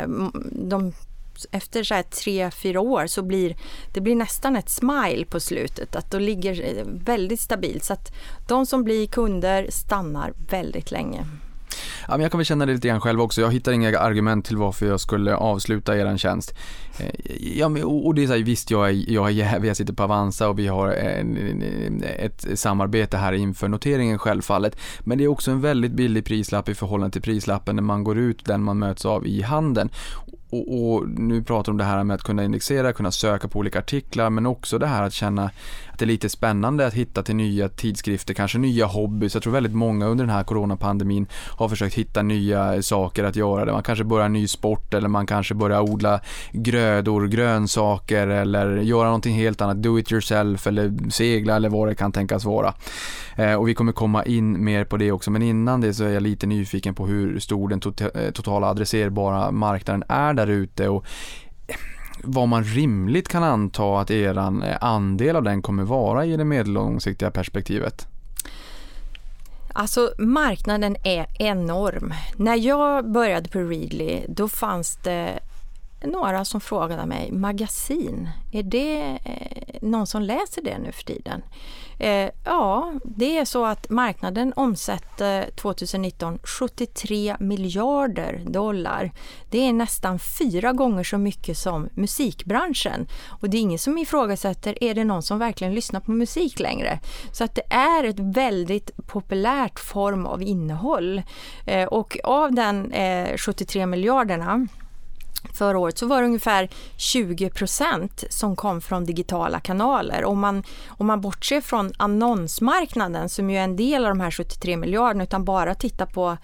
Speaker 4: Efter så här 3-4 år så blir det nästan ett smile på slutet, att då ligger väldigt stabilt, så att de som blir kunder stannar väldigt länge.
Speaker 3: Ja, men jag kan väl känna det lite grann själv också. Jag hittar inga argument till varför jag skulle avsluta er tjänst. Ja, och det är så här, visst, jag sitter på Avanza och vi har ett samarbete här inför noteringen självfallet. Men det är också en väldigt billig prislapp i förhållande till prislappen när man går ut, den man möts av i handeln. Och nu pratar om det här med att kunna indexera, kunna söka på olika artiklar, men också det här att känna att det är lite spännande att hitta till nya tidskrifter, kanske nya hobbys. Jag tror väldigt många under den här coronapandemin har försökt hitta nya saker att göra. Man kanske börjar en ny sport, eller man kanske börjar odla grödor, grönsaker, eller göra någonting helt annat, do it yourself, eller segla, eller vad det kan tänkas vara. Och vi kommer komma in mer på det också, men innan det så är jag lite nyfiken på hur stor den totala adresserbara marknaden är där ute, och vad man rimligt kan anta att eran andel av den kommer vara i det medellångsiktiga perspektivet.
Speaker 4: Alltså marknaden är enorm. När jag började på Readly, då fanns det några som frågade mig, magasin, är det någon som läser det nu för tiden? Ja, det är så att marknaden omsätter 2019 $73 miljarder. Det är nästan 4 gånger så mycket som musikbranschen. Och det är ingen som ifrågasätter, är det någon som verkligen lyssnar på musik längre? Så att det är ett väldigt populärt form av innehåll. Och av den 73 miljarderna förra året så var det ungefär 20% som kom från digitala kanaler. Om man bortser från annonsmarknaden, som ju är en del av de här 73 miljarderna, utan bara titta på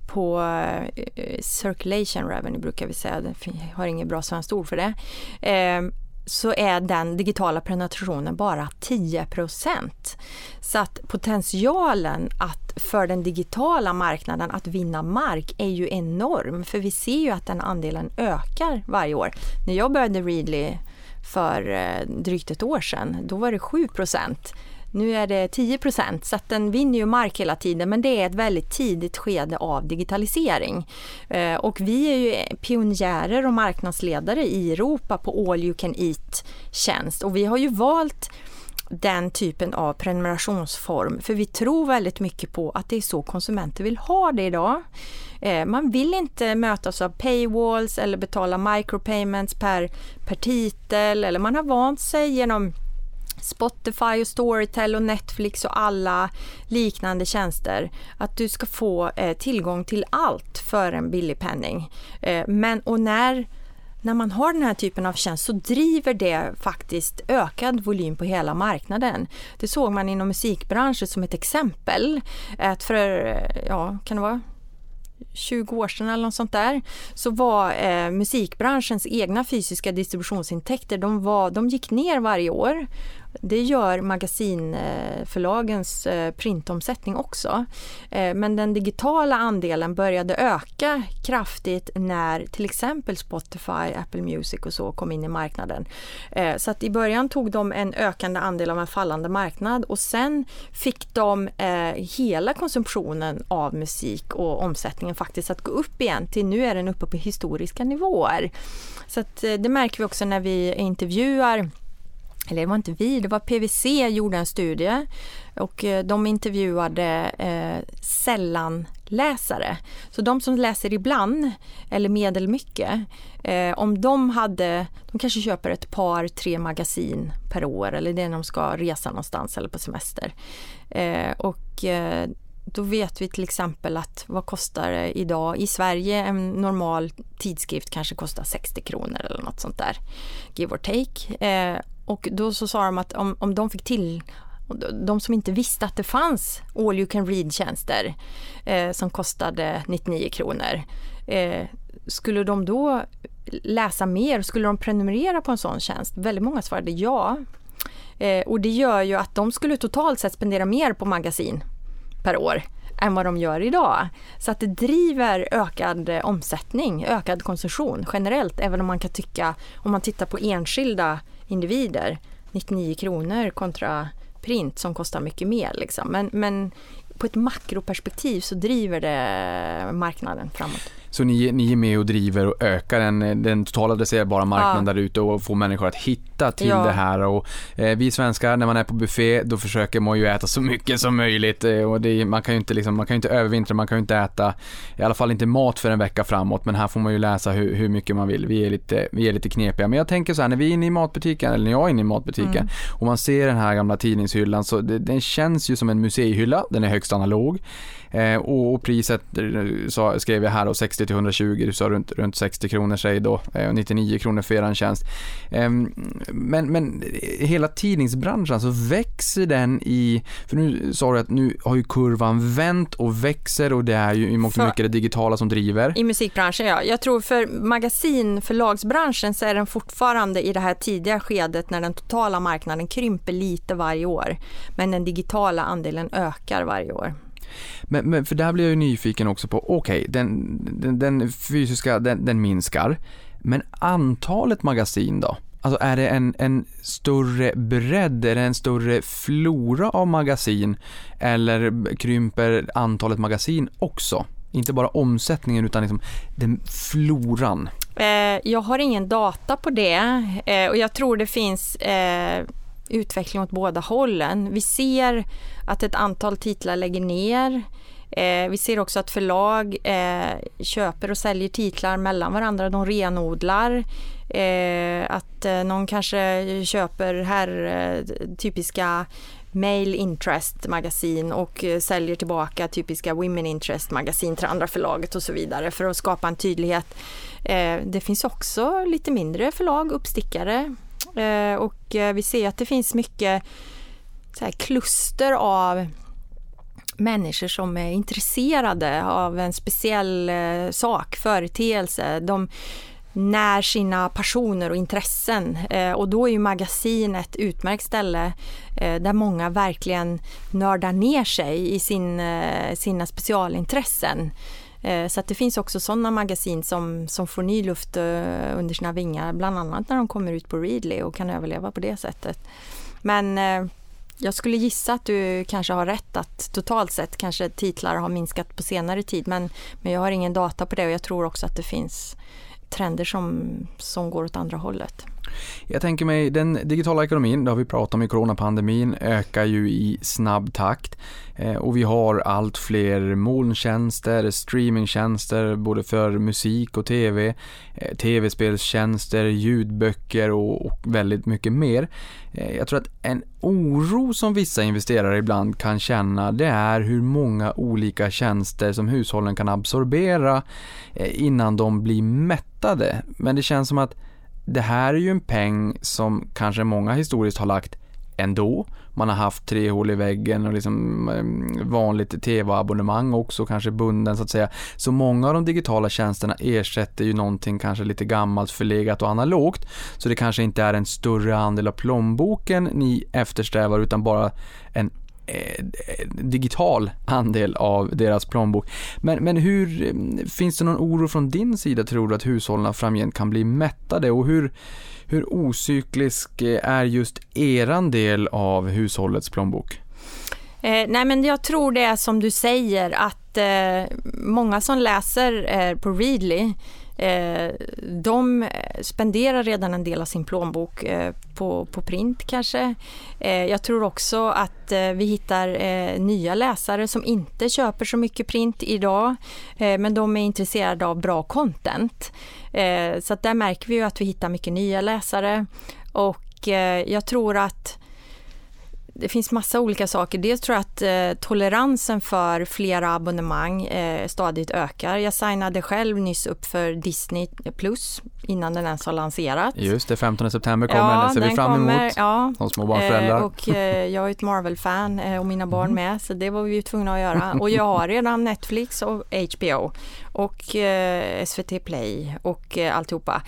Speaker 4: circulation revenue, brukar vi säga, jag har ingen bra svenskt ord för det, så är den digitala penetrationen bara 10%. Så att potentialen för den digitala marknaden att vinna mark är ju enorm, för vi ser ju att den andelen ökar varje år. När jag började Readly för drygt ett år sedan, då var det 7%. Nu är det 10%, så att den vinner ju mark hela tiden, men det är ett väldigt tidigt skede av digitalisering. Och vi är ju pionjärer och marknadsledare i Europa på all you can eat-tjänst, och vi har ju valt den typen av prenumerationsform för vi tror väldigt mycket på att det är så konsumenter vill ha det idag. Man vill inte mötas av paywalls eller betala micropayments per titel, eller man har vant sig genom Spotify och Storytel och Netflix och alla liknande tjänster att du ska få tillgång till allt för en billig penning. Och när man har den här typen av tjänst så driver det faktiskt ökad volym på hela marknaden. Det såg man inom musikbranschen som ett exempel. Att kan det vara 20 år sedan eller något sånt där, så var musikbranschens egna fysiska distributionsintäkter, de gick ner varje år. Det gör magasinförlagens printomsättning också. Men den digitala andelen började öka kraftigt när till exempel Spotify, Apple Music och så kom in i marknaden. Så att i början tog de en ökande andel av en fallande marknad och sen fick de hela konsumtionen av musik och omsättningen faktiskt att gå upp igen till nu är den uppe på historiska nivåer. Så att det märker vi också när vi intervjuar. Eller det var inte vi, det var PwC gjorde en studie och de intervjuade sällan läsare. Så de som läser ibland eller medelmycket, om de kanske köper ett par, 3 magasin per år eller det är när de ska resa någonstans eller på semester. Då vet vi till exempel att vad kostar det idag i Sverige, en normal tidskrift kanske kostar 60 kronor eller något sånt där, give or take. Och då så sa de att om de fick till, de som inte visste att det fanns all you can read-tjänster som kostade 99 kronor, skulle de då läsa mer? Skulle de prenumerera på en sån tjänst? Väldigt många svarade ja. Och det gör ju att de skulle totalt sett spendera mer på magasin per år än vad de gör idag. Så att det driver ökad omsättning, ökad konsumtion generellt, även om man kan tycka, om man tittar på enskilda individer, 99 kronor kontra print som kostar mycket mer liksom. Men på ett makroperspektiv så driver det marknaden framåt.
Speaker 3: Så ni är med och driver och ökar den totala adresserbara marknaden där ute och får människor att hitta till det här. Och vi svenskar, när man är på buffé, då försöker man ju äta så mycket som möjligt. Och man kan ju inte övervintra, man kan ju inte äta i alla fall inte mat för en vecka framåt. Men här får man ju läsa hur mycket man vill. Vi är lite knepiga. Men jag tänker så här, när vi är inne i matbutiken, eller när jag är inne i matbutiken och man ser den här gamla tidningshyllan, så den känns ju som en museihylla. Den är högst analog. Och priset skrev jag här då 60 till 120, du sa runt 60 kronor säg då, och 99 kronor för eran tjänst. Men hela tidningsbranschen så växer den för nu sa du att nu har ju kurvan vänt och växer och det är ju i mångt och mycket det digitala som driver. I
Speaker 4: musikbranschen, ja. Jag tror för förlagsbranschen så är den fortfarande i det här tidiga skedet när den totala marknaden krymper lite varje år. Men den digitala andelen ökar varje år.
Speaker 3: Men för där blir jag ju nyfiken också på, okej, den fysiska, den minskar, men antalet magasin då? Alltså är det en större bredd, är det en större flora av magasin eller krymper antalet magasin också? Inte bara omsättningen utan liksom den floran.
Speaker 4: Jag har ingen data på det och jag tror det finns utveckling åt båda hållen. Vi ser att ett antal titlar lägger ner. Vi ser också att förlag köper och säljer titlar mellan varandra. De renodlar. Att någon kanske köper här typiska Male Interest magasin och säljer tillbaka typiska Women Interest magasin till andra förlaget och så vidare för att skapa en tydlighet. Det finns också lite mindre förlag, uppstickare. Och vi ser att det finns mycket så här kluster av människor som är intresserade av en speciell sak, företeelse. De när sina passioner och intressen och då är ju magasin ett utmärkt ställe där många verkligen nördar ner sig i sina specialintressen. Så att det finns också sådana magasin som får ny luft under sina vingar, bland annat när de kommer ut på Readly och kan överleva på det sättet. Men jag skulle gissa att du kanske har rätt att totalt sett kanske titlar har minskat på senare tid, men jag har ingen data på det och jag tror också att det finns trender som går åt andra hållet.
Speaker 3: Jag tänker mig, den digitala ekonomin, det har vi pratat om i coronapandemin, ökar ju i snabb takt och vi har allt fler molntjänster, streamingtjänster både för musik och tv-spelstjänster, ljudböcker och väldigt mycket mer. Jag tror att en oro som vissa investerare ibland kan känna, det är hur många olika tjänster som hushållen kan absorbera innan de blir mättade. Men det känns som att det här är ju en peng som kanske många historiskt har lagt ändå. Man har haft 3 hål i väggen och liksom vanligt tv-abonnemang också kanske bunden så att säga. Så många av de digitala tjänsterna ersätter ju någonting kanske lite gammalt, förlegat och analogt. Så det kanske inte är en större andel av plånboken ni eftersträvar utan bara en digital andel av deras plånbok. Men hur finns det någon oro från din sida, tror du, att hushållen framgent kan bli mättade, och hur ocyklisk är just eran del av hushållets plånbok?
Speaker 4: Nej, men jag tror det är som du säger att många som läser på Readly, de spenderar redan en del av sin plånbok på print kanske. Jag tror också att vi hittar nya läsare som inte köper så mycket print idag, men de är intresserade av bra content. Så att där märker vi ju att vi hittar mycket nya läsare, och jag tror att det finns massa olika saker. Dels tror jag att toleransen för flera abonnemang stadigt ökar. Jag signade själv nyss upp för Disney Plus innan den ens har lanserat. Just det,
Speaker 3: 15 september kommer den, ser vi fram emot.
Speaker 4: Ja,
Speaker 3: de små barnföräldrar.
Speaker 4: Och jag är ett Marvel-fan och mina barn med, så det var vi ju tvungna att göra. Och jag har redan Netflix och HBO och SVT Play och alltihopa.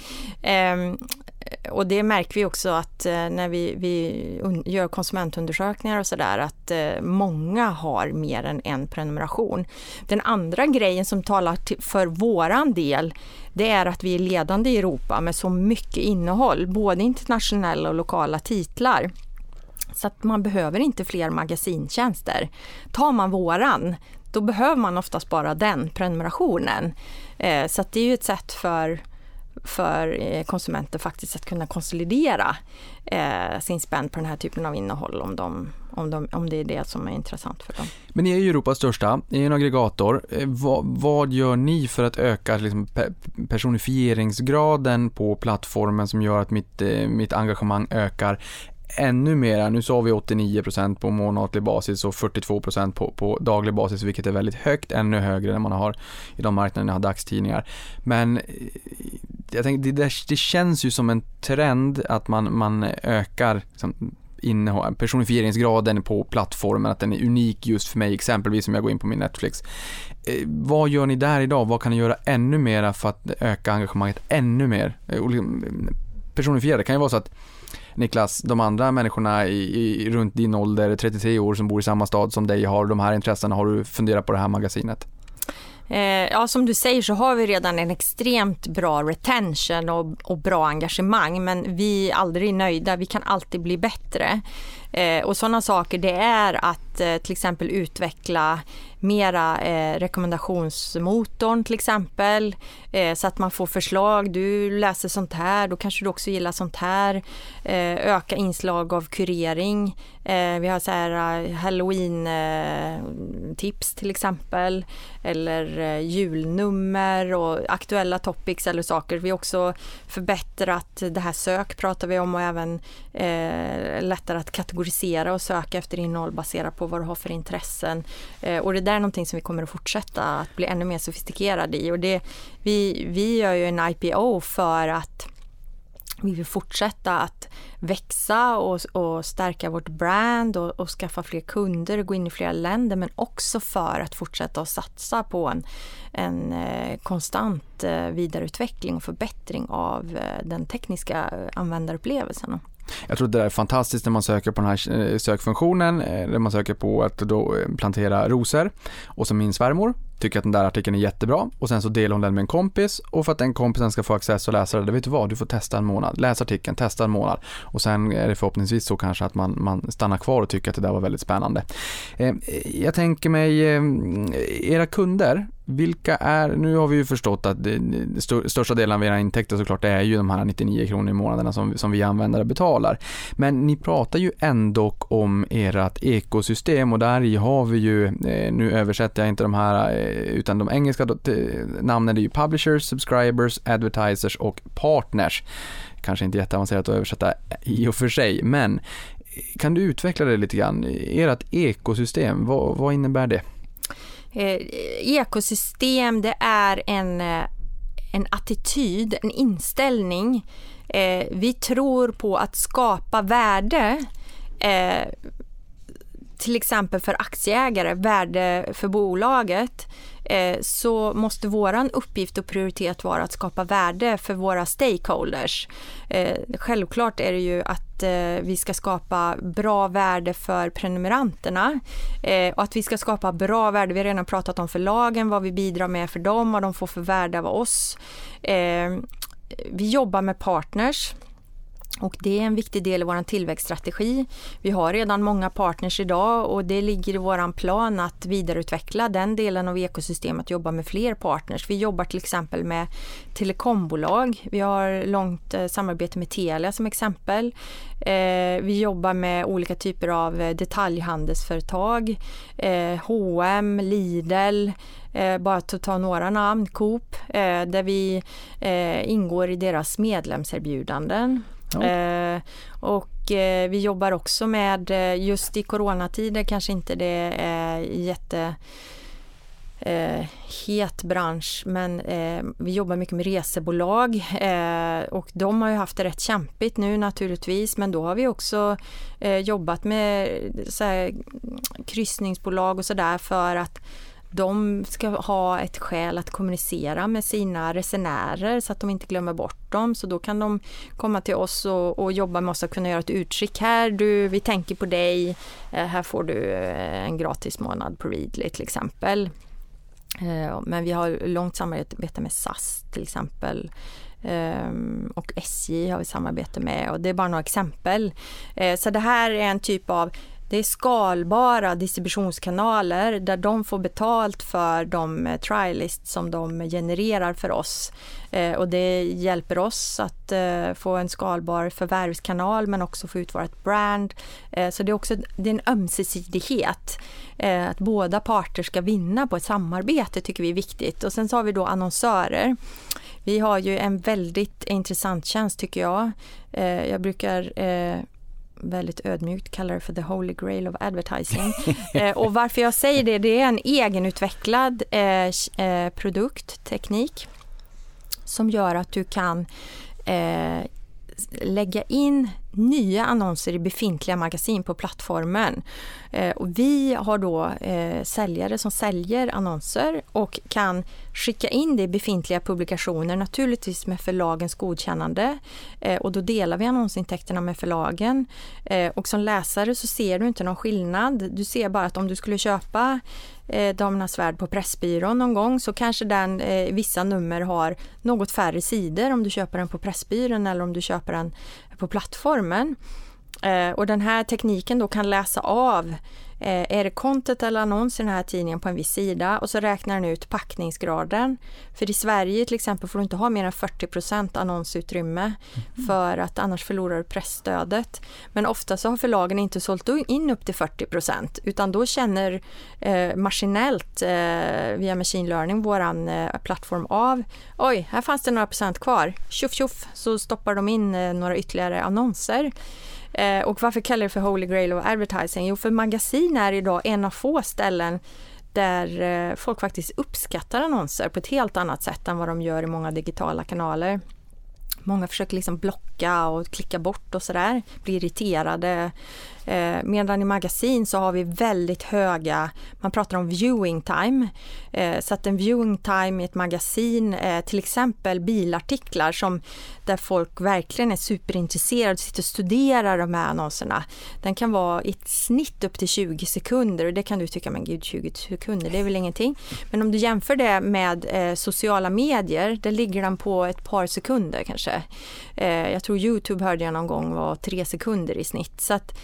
Speaker 4: Och det märker vi också att när vi gör konsumentundersökningar och sådär, att många har mer än en prenumeration. Den andra grejen som talar för våran del, det är att vi är ledande i Europa med så mycket innehåll, både internationella och lokala titlar. Så att man behöver inte fler magasintjänster. Tar man våran, då behöver man oftast bara den prenumerationen. Så att det är ju ett sätt för konsumenter faktiskt att kunna konsolidera sin spend på den här typen av innehåll om det är det som är intressant för dem.
Speaker 3: Men ni är ju Europas största, ni är en aggregator. Vad gör ni för att öka liksom personifieringsgraden på plattformen som gör att mitt engagemang ökar ännu mer? Nu sa vi 89% på månatlig basis och 42% på daglig basis, vilket är väldigt högt, ännu högre än man har i de marknaderna har dagstidningar. Men jag tänker, det känns ju som en trend att man ökar liksom personifieringsgraden på plattformen, att den är unik just för mig, exempelvis om jag går in på min Netflix. Vad gör ni där idag? Vad kan ni göra ännu mer för att öka engagemanget ännu mer? Personifiera, det kan ju vara så att Niklas, de andra människorna runt din ålder, 33 år, som bor i samma stad som dig, har de här intressena. Har du funderat på det här magasinet?
Speaker 4: Ja, som du säger så har vi redan en extremt bra retention och bra engagemang, men vi är aldrig nöjda. Vi kan alltid bli bättre. Och sådana saker, det är att till exempel utveckla mera rekommendationsmotorn till exempel, så att man får förslag. Du läser sånt här, då kanske du också gillar sånt här. Öka inslag av kurering. Vi har så här Halloween-tips till exempel, eller julnummer och aktuella topics eller saker. Vi har också förbättrat det här sök pratar vi om, och även lättare att kategorisera och söka efter innehåll baserat på vad du har för intressen. Och det där är någonting som vi kommer att fortsätta att bli ännu mer sofistikerade i. Och vi gör ju en IPO för att vi vill fortsätta att växa och stärka vårt brand och skaffa fler kunder och gå in i flera länder, men också för att fortsätta att satsa på en konstant vidareutveckling och förbättring av den tekniska användarupplevelsen.
Speaker 3: Jag tror det är fantastiskt när man söker på den här sökfunktionen, där man söker på att då plantera rosor, och som min svärmor tycker att den där artikeln är jättebra, och sen så delar hon den med en kompis, och för att den kompisen ska få access och läsa det, vet du vad, du får testa en månad, läs artikeln, testa en månad, och sen är det förhoppningsvis så kanske att man stannar kvar och tycker att det där var väldigt spännande. Jag tänker mig, era kunder, vilka är, nu har vi ju förstått att största delen av era intäkter såklart är ju de här 99 kronor i månaderna som vi användare betalar, men ni pratar ju ändå om ert ekosystem, och där i har vi ju, nu översätter jag inte de här utan de engelska namnen är ju publishers, subscribers, advertisers och partners. Kanske inte jätteavancerat att översätta i och för sig, men kan du utveckla det lite grann? Ert ekosystem, vad innebär det?
Speaker 4: Ekosystem, det är en attityd, en inställning. Vi tror på att skapa värde till exempel för aktieägare, värde för bolaget, så måste våran uppgift och prioritet vara att skapa värde för våra stakeholders. Självklart är det ju att vi ska skapa bra värde för prenumeranterna och att vi ska skapa bra värde. Vi har redan pratat om förlagen, vad vi bidrar med för dem, vad de får för värde av oss. Vi jobbar med partners. Och det är en viktig del i vår tillväxtstrategi. Vi har redan många partners idag och det ligger i vår plan att vidareutveckla den delen av ekosystemet, jobba med fler partners. Vi jobbar till exempel med telekombolag. Vi har långt samarbete med Telia som exempel. Vi jobbar med olika typer av detaljhandelsföretag, H&M, Lidl, bara att ta några namn, Coop, där vi ingår i deras medlemserbjudanden. Ja. Och vi jobbar också med, just i coronatider kanske inte det är jätte het bransch, men vi jobbar mycket med resebolag och de har ju haft det rätt kämpigt nu naturligtvis, men då har vi också jobbat med så här, kryssningsbolag och sådär för att de ska ha ett skäl att kommunicera med sina resenärer så att de inte glömmer bort dem. Så då kan de komma till oss och jobba med oss och kunna göra ett utskick. Här, vi tänker på dig. Här får du en gratis månad på Readly till exempel. Men vi har långt samarbete med SAS till exempel. Och SJ har vi samarbete med. Och det är bara några exempel. Så det här är en typ av... Det är skalbara distributionskanaler där de får betalt för de trialists som de genererar för oss. Och det hjälper oss att få en skalbar förvärvskanal men också få ut vårt brand. Så det är en ömsesidighet. Att båda parter ska vinna på ett samarbete tycker vi är viktigt. Och sen så har vi då annonsörer. Vi har ju en väldigt intressant tjänst tycker jag. Jag brukar... väldigt ödmjukt kallar det för the holy grail of advertising. Och varför jag säger det är en egenutvecklad produktteknik som gör att du kan lägga in nya annonser i befintliga magasin på plattformen. Och vi har då säljare som säljer annonser och kan skicka in det i befintliga publikationer, naturligtvis med förlagens godkännande. Och då delar vi annonsintäkterna med förlagen. Och som läsare så ser du inte någon skillnad. Du ser bara att om du skulle köpa Damernas Värld på Pressbyrån någon gång så kanske den vissa nummer har något färre sidor om du köper den på Pressbyrån eller om du köper den på plattformen. Och den här tekniken då kan läsa av är det content eller annons i den här tidningen på en viss sida och så räknar den ut packningsgraden. För i Sverige till exempel får du inte ha mer än 40% annonsutrymme för att annars förlorar du pressstödet. Men ofta så har förlagen inte sålt in upp till 40% utan då känner maskinellt via machine learning våran plattform av oj, här fanns det några procent kvar. Tjuff tjuff så stoppar de in några ytterligare annonser. Och varför kallar det för Holy Grail of Advertising? Jo, för magasin är idag en av få ställen där folk faktiskt uppskattar annonser på ett helt annat sätt än vad de gör i många digitala kanaler. Många försöker liksom blocka och klicka bort och sådär, blir irriterade. Medan i magasin så har vi väldigt höga, man pratar om viewing time. Så att en viewing time i ett magasin, till exempel bilartiklar där folk verkligen är superintresserade och sitter och studerar de här annonserna. Den kan vara i ett snitt upp till 20 sekunder och det kan du tycka, men gud 20 sekunder, det är väl ingenting. Men om du jämför det med sociala medier, där ligger den på ett par sekunder kanske. Jag tror YouTube hörde jag någon gång var 3 sekunder i snitt. Så att,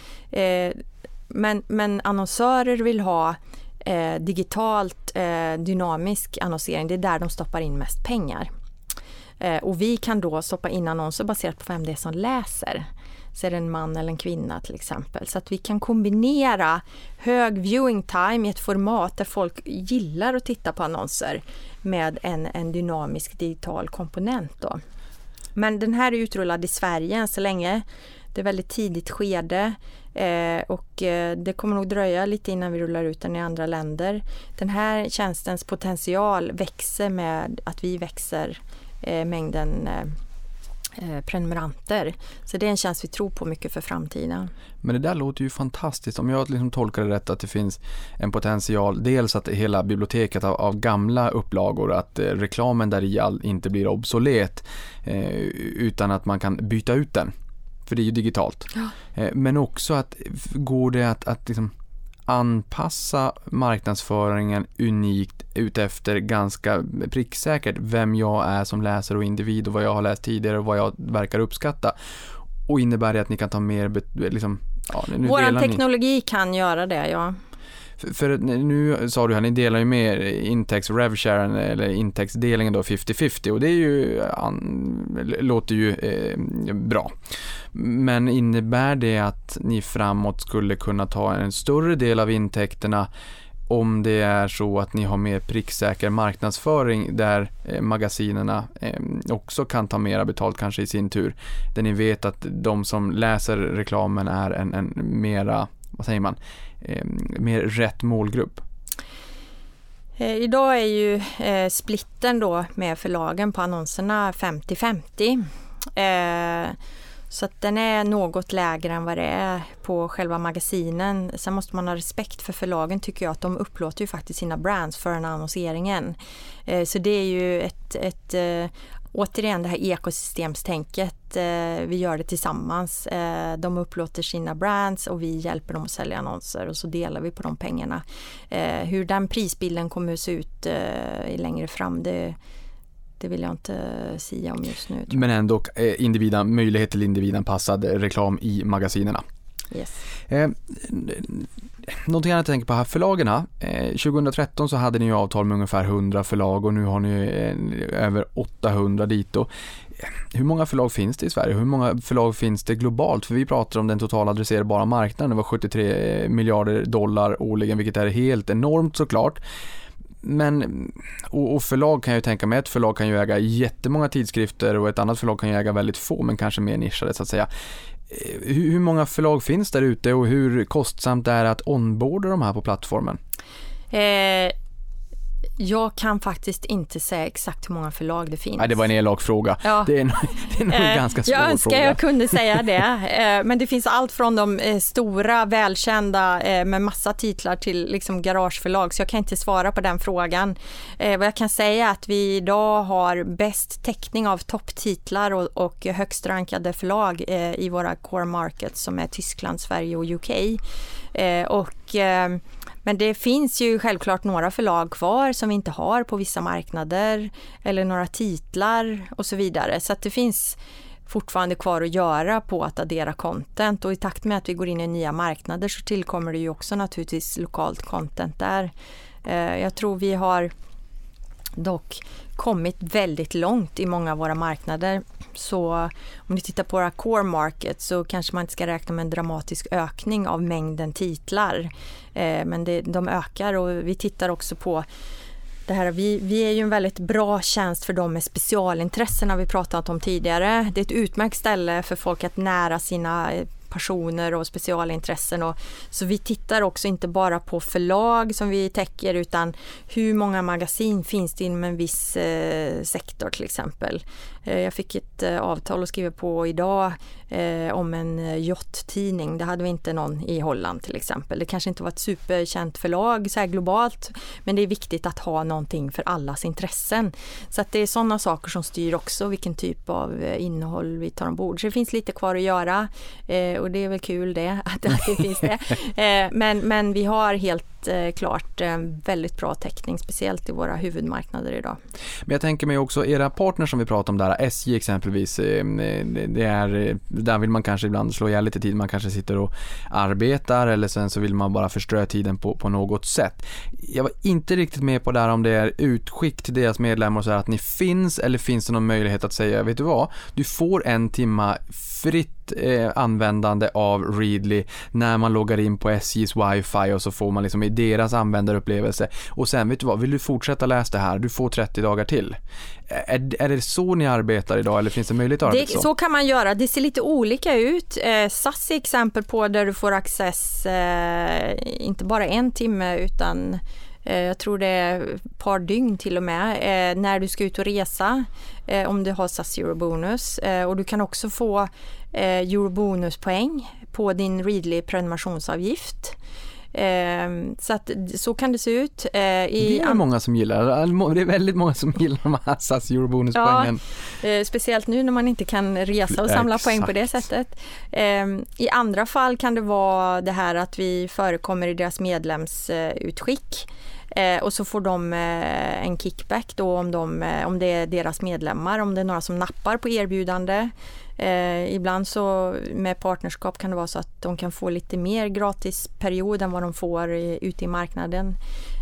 Speaker 4: men annonsörer vill ha digitalt dynamisk annonsering. Det är där de stoppar in mest pengar. Och vi kan då stoppa in annonser baserat på vem det är som läser. Så är det en man eller en kvinna till exempel. Så att vi kan kombinera hög viewing time i ett format där folk gillar att titta på annonser med en dynamisk digital komponent då. Men den här är utrullad i Sverige än så länge. Det är väldigt tidigt skede och det kommer nog dröja lite innan vi rullar ut den i andra länder. Den här tjänstens potential växer med att vi växer mängden prenumeranter. Så det är en tjänst vi tror på mycket för framtiden.
Speaker 3: Men det där låter ju fantastiskt. Om jag liksom tolkar det rätt, att det finns en potential, dels att hela biblioteket av gamla upplagor, att reklamen där i inte blir obsolet, utan att man kan byta ut den. För det är ju digitalt.
Speaker 4: Ja.
Speaker 3: Men också att går det att liksom anpassa marknadsföringen unikt utefter ganska pricksäkert vem jag är som läsare och individ och vad jag har läst tidigare och vad jag verkar uppskatta. Och innebär det att ni kan ta mer liksom,
Speaker 4: våran teknologi kan göra det, ja.
Speaker 3: För nu sa du här, ni delar ju med intäkts-revsharen eller intäktsdelningen då 50-50 och det är ju låter ju bra. Men innebär det att ni framåt skulle kunna ta en större del av intäkterna om det är så att ni har mer pricksäker marknadsföring där magasinerna också kan ta mera betalt kanske i sin tur, där ni vet att de som läser reklamen är en mera, vad säger man, mer rätt målgrupp?
Speaker 4: Idag är ju splitten då med förlagen på annonserna 50-50. Så att den är något lägre än vad det är på själva magasinen. Sen måste man ha respekt för förlagen, tycker jag, att de upplåter ju faktiskt sina brands för den annonseringen. Så det är ju ett återigen det här ekosystemstänket, vi gör det tillsammans. De upplåter sina brands och vi hjälper dem att sälja annonser och så delar vi på de pengarna. Hur den prisbilden kommer att se ut längre fram, det vill jag inte säga om just nu.
Speaker 3: Men ändå möjlighet till individanpassad reklam i magasinerna.
Speaker 4: Yes.
Speaker 3: Någonting annat jag tänker på här, förlagerna. 2013 så hade ni ju avtal med ungefär 100 förlag och nu har ni över 800 dit. Hur många förlag finns det i Sverige? Hur många förlag finns det globalt? För vi pratar om den totala adresserbara marknaden. Det var 73 miljarder dollar årligen, vilket är helt enormt såklart. Men, och förlag kan jag tänka mig, ett förlag kan ju äga jättemånga tidskrifter och ett annat förlag kan ju äga väldigt få, men kanske mer nischade så att säga. Hur många förlag finns där ute och hur kostsamt det är att onboarda de här på plattformen?
Speaker 4: Jag kan faktiskt inte säga exakt hur många förlag det finns.
Speaker 3: Nej, det var en elak fråga. Ja. Det är nog en ganska svår fråga.
Speaker 4: Jag önskar jag kunde säga det. Men det finns allt från de stora, välkända med massa titlar till liksom garageförlag. Så jag kan inte svara på den frågan. Vad jag kan säga är att vi idag har bäst täckning av topptitlar och högst rankade förlag i våra core markets som är Tyskland, Sverige och UK. Men det finns ju självklart några förlag kvar som vi inte har på vissa marknader eller några titlar och så vidare. Så att det finns fortfarande kvar att göra på att addera content och i takt med att vi går in i nya marknader så tillkommer det ju också naturligtvis lokalt content där. Jag tror vi har dock kommit väldigt långt i många av våra marknader. Så om ni tittar på våra core markets så kanske man inte ska räkna med en dramatisk ökning av mängden titlar. Men de ökar och vi tittar också på det här. Vi är ju en väldigt bra tjänst för de med specialintressen vi pratat om tidigare. Det är ett utmärkt ställe för folk att nära sina passioner och specialintressen. Så vi tittar också inte bara på förlag som vi täcker utan hur många magasin finns det inom en viss sektor till exempel. Jag fick ett avtal att skriva på idag om en yacht-tidning. Det hade vi inte någon i Holland till exempel. Det kanske inte var ett superkänt förlag så här globalt, men det är viktigt att ha någonting för allas intressen. Så att det är sådana saker som styr också vilken typ av innehåll vi tar ombord. Så det finns lite kvar att göra och det är väl kul att det finns det. Men vi har helt klart väldigt bra täckning, speciellt i våra huvudmarknader idag.
Speaker 3: Men jag tänker mig också, era partners som vi pratar om där, SJ exempelvis, där vill man kanske ibland slå ihjäl lite tid, man kanske sitter och arbetar eller sen så vill man bara förströ tiden på något sätt. Jag var inte riktigt med på det här om det är utskick till deras medlemmar och så här, att ni finns, eller finns det någon möjlighet att säga, vet du vad, du får 1 timme fritt användande av Readly när man loggar in på SJs wifi och så får man liksom i deras användarupplevelse och sen vet du vad, vill du fortsätta läsa det här, du får 30 dagar till. Är det så ni arbetar idag eller finns det möjlighet att arbeta så?
Speaker 4: Så kan man göra, det ser lite olika ut. SAS är exempel på där du får access inte bara 1 timme utan Jag tror det är ett par dygn till och med när du ska ut och resa om du har SAS Eurobonus. Och du kan också få Eurobonuspoäng på din Readly prenumerationsavgift. Så kan det se ut. Det
Speaker 3: är många som gillar. Det är väldigt många som gillar de här SAS Eurobonuspoängen.
Speaker 4: Ja, speciellt nu när man inte kan resa och samla poäng på det sättet. I andra fall kan det vara det här att vi förekommer i deras medlemsutskick. Och så får de en kickback då om det är deras medlemmar, om det är några som nappar på erbjudande. Ibland så med partnerskap kan det vara så att de kan få lite mer gratis period än vad de får ute i marknaden.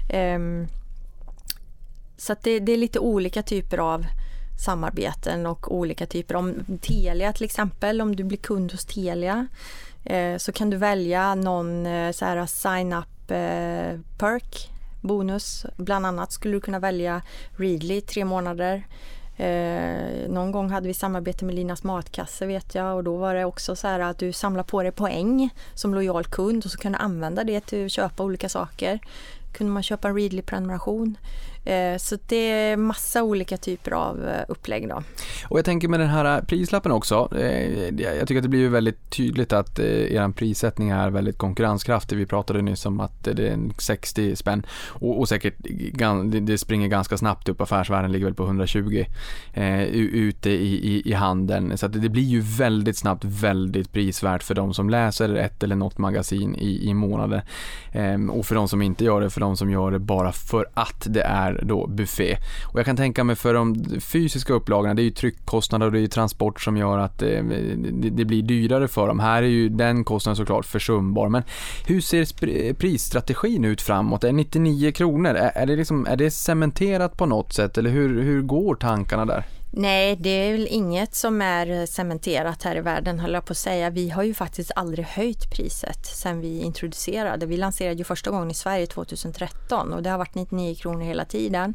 Speaker 4: Så att det är lite olika typer av samarbeten och olika typer. Om Telia till exempel, om du blir kund hos Telia så kan du välja någon så här sign-up perk bonus. Bland annat skulle du kunna välja Readly 3 månader. Någon gång hade vi samarbete med Linas matkasse vet jag, och då var det också så här att du samlar på dig poäng som lojal kund och så kan du använda det till att köpa olika saker. Kunde man köpa en Readly-prenumeration. Så det är massa olika typer av upplägg då.
Speaker 3: Och jag tänker med den här prislappen också, jag tycker att det blir ju väldigt tydligt att er prissättning är väldigt konkurrenskraftig. Vi pratade nyss om att det är 60 spänn och säkert det springer ganska snabbt upp. Affärsvärden ligger väl på 120 ute i handeln. Så att det blir ju väldigt snabbt väldigt prisvärt för de som läser ett eller något magasin i månader. Och för de som inte gör det, för de som gör det bara för att det är då buffé. Och jag kan tänka mig för de fysiska upplagorna, det är ju tryckkostnader och det är ju transport som gör att det blir dyrare för dem. Här är ju den kostnaden såklart försumbar. Men hur ser prisstrategin ut framåt? Är 99 kronor? Är det cementerat på något sätt? Eller hur går tankarna där?
Speaker 4: Nej, det är väl inget som är cementerat här i världen, höll jag på att säga. Vi har ju faktiskt aldrig höjt priset sedan vi introducerade. Vi lanserade ju första gången i Sverige 2013 och det har varit 99 kronor hela tiden.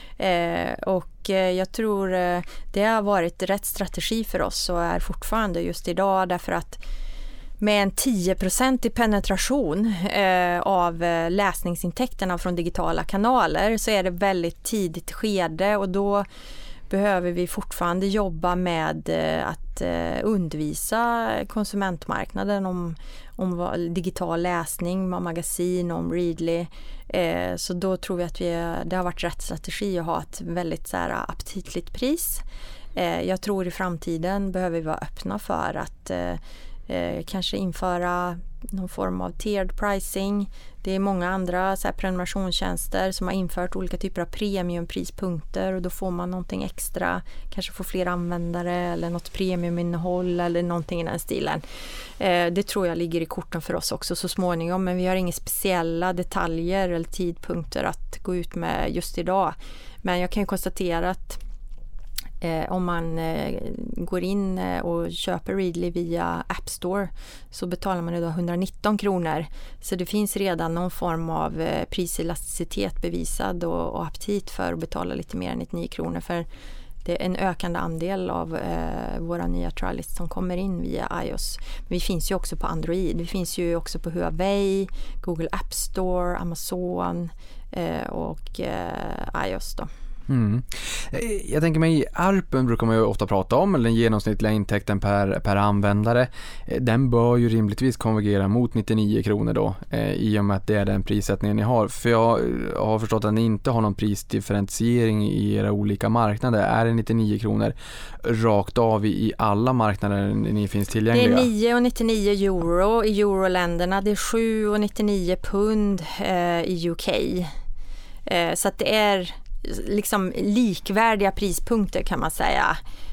Speaker 4: Och jag tror det har varit rätt strategi för oss och är fortfarande just idag, därför att med en 10% penetration av läsningsintäkterna från digitala kanaler så är det väldigt tidigt skede, och då behöver vi fortfarande jobba med att undervisa konsumentmarknaden om digital läsning, om magasin, om Readly. Så då tror vi att det har varit rätt strategi att ha ett väldigt så här aptitligt pris. Jag tror i framtiden behöver vi vara öppna för att kanske införa någon form av tiered pricing. Det är många andra så här prenumerationstjänster som har infört olika typer av premiumprispunkter, och då får man någonting extra, kanske får fler användare eller något premiuminnehåll eller någonting i den stilen. Det tror jag ligger i korten för oss också så småningom, men vi har inga speciella detaljer eller tidpunkter att gå ut med just idag. Men jag kan ju konstatera att om man går in och köper Readly via App Store så betalar man idag 119 kronor. Så det finns redan någon form av priselasticitet bevisad och aptit för att betala lite mer än 99 kronor. För det är en ökande andel av våra nya trialists som kommer in via iOS. Men vi finns ju också på Android. Vi finns ju också på Huawei, Google App Store, Amazon och iOS då.
Speaker 3: Mm. Jag tänker mig, ARPen brukar man ju ofta prata om, eller den genomsnittliga intäkten per användare. Den bör ju rimligtvis konvergera mot 99 kronor då, i och med att det är den prissättningen ni har. För jag har förstått att ni inte har någon prisdifferentiering i era olika marknader. Är det 99 kronor rakt av i alla marknader ni finns tillgängliga? Det är
Speaker 4: 9,99 euro i euroländerna. Det är 7,99 pund i UK. Så att det är liksom likvärdiga prispunkter kan man säga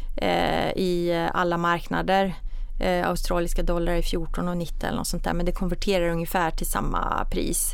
Speaker 4: i alla marknader. Australiska dollar är 14,90 eller något sånt där, men det konverterar ungefär till samma pris.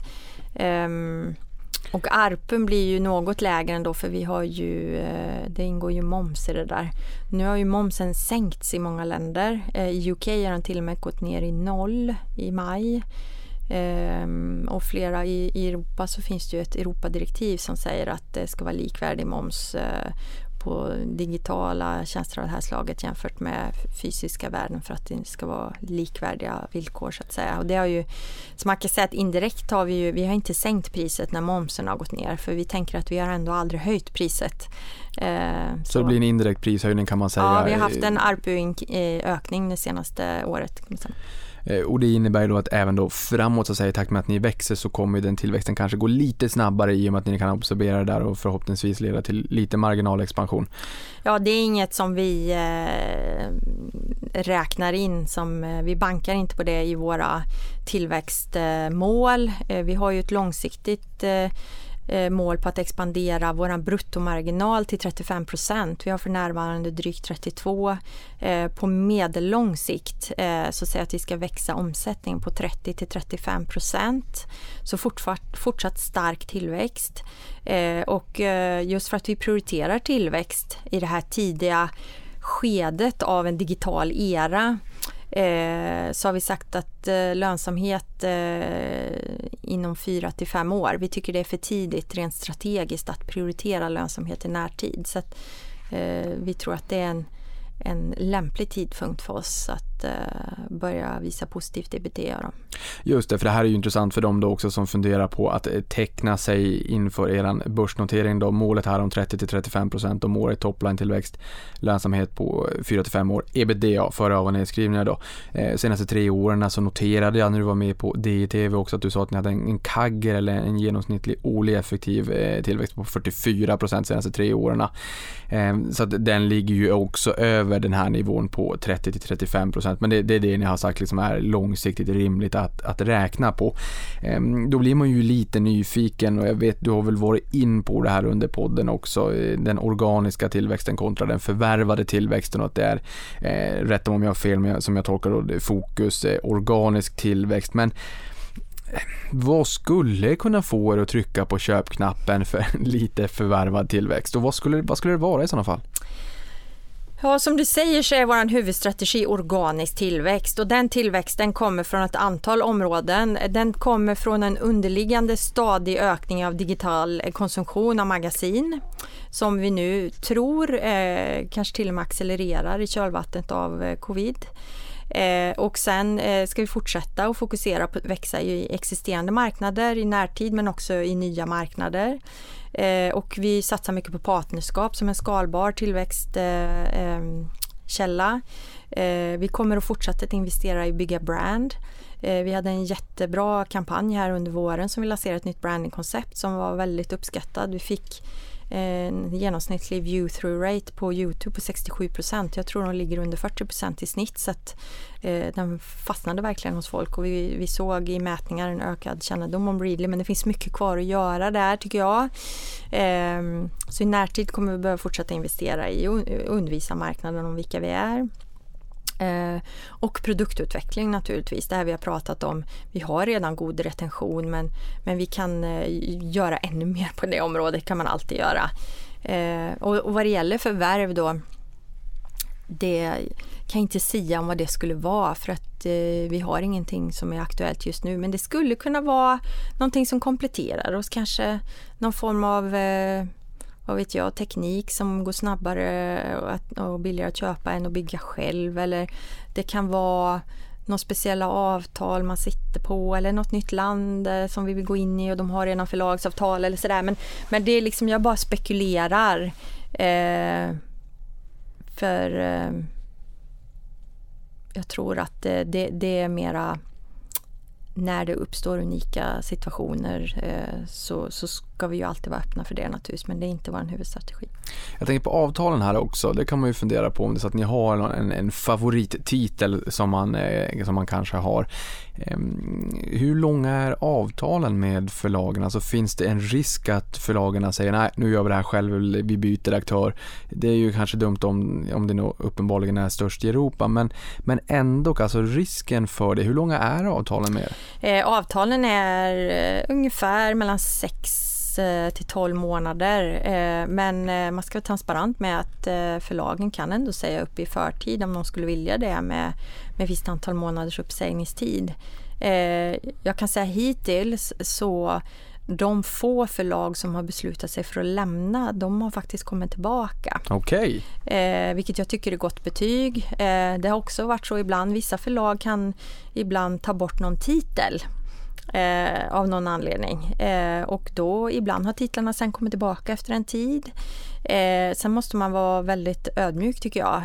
Speaker 4: Och ARPen blir ju något lägre ändå, för vi har ju, det ingår ju moms i det där. Nu har ju momsen sänkts i många länder. I UK har den till och med gått ner i 0 i maj. Och flera i Europa så finns det ju ett Europadirektiv som säger att det ska vara likvärdig moms på digitala tjänster av det här slaget jämfört med fysiska värden för att det ska vara likvärdiga villkor så att säga. Och det har ju, så man kan säga att indirekt har vi har inte sänkt priset när momsen har gått ner, för vi tänker att vi har ändå aldrig höjt priset.
Speaker 3: Så det blir en indirekt prishöjning kan man säga?
Speaker 4: Ja, vi har haft en ARPU-ökning det senaste året.
Speaker 3: Och det innebär då att även då framåt så att säga, i takt med att ni växer så kommer den tillväxten kanske gå lite snabbare i och med att ni kan absorbera det där och förhoppningsvis leda till lite marginalexpansion. Ja,
Speaker 4: det är inget som vi räknar in, vi bankar inte på det i våra tillväxtmål. Vi har ju ett långsiktigt mål på att expandera vår bruttomarginal till 35%. Vi har för närvarande drygt 32%. På medellång sikt så säger att vi ska växa omsättningen på 30-35%. Så fortsatt stark tillväxt. Och just för att vi prioriterar tillväxt i det här tidiga skedet av en digital era så har vi sagt att lönsamhet inom 4-5 år. Vi tycker det är för tidigt rent strategiskt att prioritera lönsamhet i närtid. Så att, vi tror att det är en lämplig tidpunkt för oss att börja visa positivt EBITDA. Då.
Speaker 3: Just det, för det här är ju intressant för dem då också som funderar på att teckna sig inför eran börsnotering då. Målet här om 30-35% om året, topline-tillväxt, lönsamhet på 4-5 år, EBITDA före av- och nedskrivningar då. Senaste 3 åren så noterade jag när du var med på DTV också att du sa att ni hade en CAGR eller en genomsnittlig årlig effektiv tillväxt på 44% senaste 3 åren. Så att den ligger ju också över den här nivån på 30-35%. Men det är det ni har sagt liksom är långsiktigt rimligt att räkna på. Då blir man ju lite nyfiken och jag vet du har väl varit in på det här under podden också, den organiska tillväxten kontra den förvärvade tillväxten och att det är rätt om jag har fel men som jag tolkar då det är fokus organisk tillväxt. Men vad skulle kunna få er att trycka på köpknappen för lite förvärvad tillväxt och vad skulle det vara i sådana fall?
Speaker 4: Ja, som du säger så är vår huvudstrategi organisk tillväxt och den tillväxten kommer från ett antal områden. Den kommer från en underliggande stadig ökning av digital konsumtion av magasin som vi nu tror kanske till och med accelererar i kölvattnet av covid. Och sen ska vi fortsätta och fokusera på att växa i existerande marknader i närtid men också i nya marknader. Och vi satsar mycket på partnerskap som en skalbar tillväxtkälla. Vi kommer att fortsätta att investera i bygga brand. Vi hade en jättebra kampanj här under våren som vi lanserade ett nytt brandingkoncept som var väldigt uppskattad. Vi fick en genomsnittlig view-through rate på YouTube på 67%. Jag tror de ligger under 40% i snitt så att den fastnade verkligen hos folk och vi såg i mätningar en ökad kännedom om Readly men det finns mycket kvar att göra där tycker jag. Så i närtid kommer vi behöva fortsätta investera i och undervisa marknaden om vilka vi är. Och produktutveckling naturligtvis, det här vi har pratat om. Vi har redan god retention men vi kan göra ännu mer på det området kan man alltid göra. Och vad det gäller förvärv då, det kan inte säga om vad det skulle vara för att vi har ingenting som är aktuellt just nu men det skulle kunna vara någonting som kompletterar oss, kanske någon form av vad vet jag, teknik som går snabbare och billigare att köpa än att bygga själv eller det kan vara något speciella avtal man sitter på eller något nytt land som vi vill gå in i och de har redan förlagsavtal eller sådär men det är liksom, jag bara spekulerar för jag tror att det är mera när det uppstår unika situationer så ska vi ju alltid vara öppna för det naturligtvis, men det är inte vår huvudstrategi.
Speaker 3: Jag tänker på avtalen här också, det kan man ju fundera på om det är så att ni har en favorittitel som man kanske har. Hur långa är avtalen med förlagen? Alltså finns det en risk att förlagen säger nej, nu gör vi det här själv, vi byter aktör. Det är ju kanske dumt om det nog uppenbarligen är störst i Europa, men ändå, alltså risken för det, hur långa är avtalen med er?
Speaker 4: Avtalen är ungefär mellan 6 till 12 månader, men man ska vara transparent med att förlagen kan ändå säga upp i förtid om de skulle vilja det med visst antal månaders uppsägningstid. Jag kan säga hittills så de få förlag som har beslutat sig för att lämna, de har faktiskt kommit tillbaka.
Speaker 3: Okej.
Speaker 4: Vilket jag tycker är gott betyg. Det har också varit så ibland, vissa förlag kan ibland ta bort någon titel av någon anledning. Och då ibland har titlarna sen kommit tillbaka efter en tid. Sen måste man vara väldigt ödmjuk tycker jag.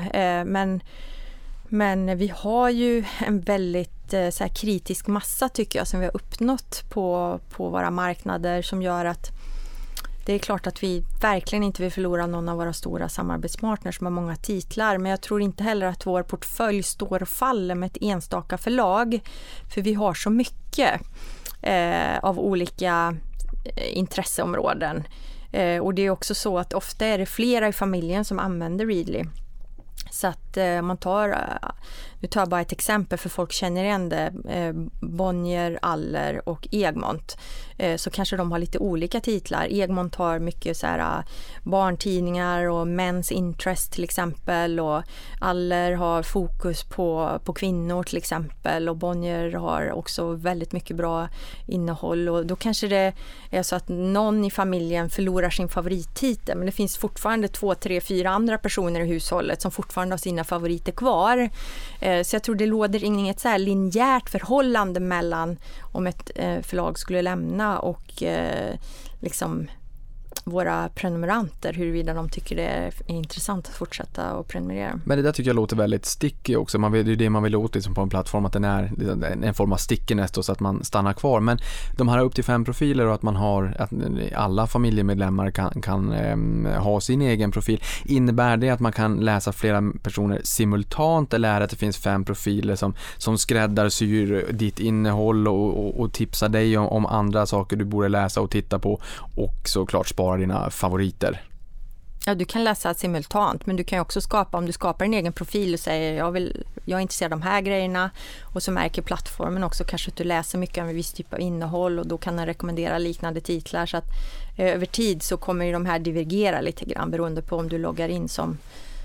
Speaker 4: Men vi har ju en väldigt så här, kritisk massa tycker jag som vi har uppnått på våra marknader som gör att det är klart att vi verkligen inte vill förlora någon av våra stora samarbetspartners som har många titlar. Men jag tror inte heller att vår portfölj står och faller med ett enstaka förlag. För vi har så mycket av olika intresseområden. Och det är också så att ofta är det flera i familjen som använder Readly. Så att nu tar jag bara ett exempel för folk känner igen det. Bonnier, Aller och Egmont. Så kanske de har lite olika titlar. Egmont har mycket så här barntidningar och Men's Interest till exempel. Och Aller har fokus på kvinnor till exempel. Och Bonnier har också väldigt mycket bra innehåll. Och då kanske det är så att någon i familjen förlorar sin favorittitel. Men det finns fortfarande 2, 3, 4 andra personer i hushållet som fortfarande har sina favoriter kvar. Så jag tror det råder inget så här linjärt förhållande mellan om ett förlag skulle lämna och liksom våra prenumeranter, huruvida de tycker det är intressant att fortsätta och prenumerera. Men
Speaker 3: det där tycker jag låter väldigt sticky också. Det är ju det man vill åt liksom på en plattform, att den är en form av stickiness då, så att man stannar kvar. Men de här upp till 5 profiler och att man har att alla familjemedlemmar kan ha sin egen profil. Innebär det att man kan läsa flera personer simultant, eller är det att det finns 5 profiler som skräddarsyr ditt innehåll och tipsar dig om andra saker du borde läsa och titta på, och såklart spara dina favoriter?
Speaker 4: Ja, du kan läsa simultant, men du kan ju också om du skapar en egen profil och säger jag är intresserad av de här grejerna, och så märker plattformen också kanske att du läser mycket av en viss typ av innehåll, och då kan den rekommendera liknande titlar, så att över tid så kommer ju de här divergera lite grann beroende på om du loggar in som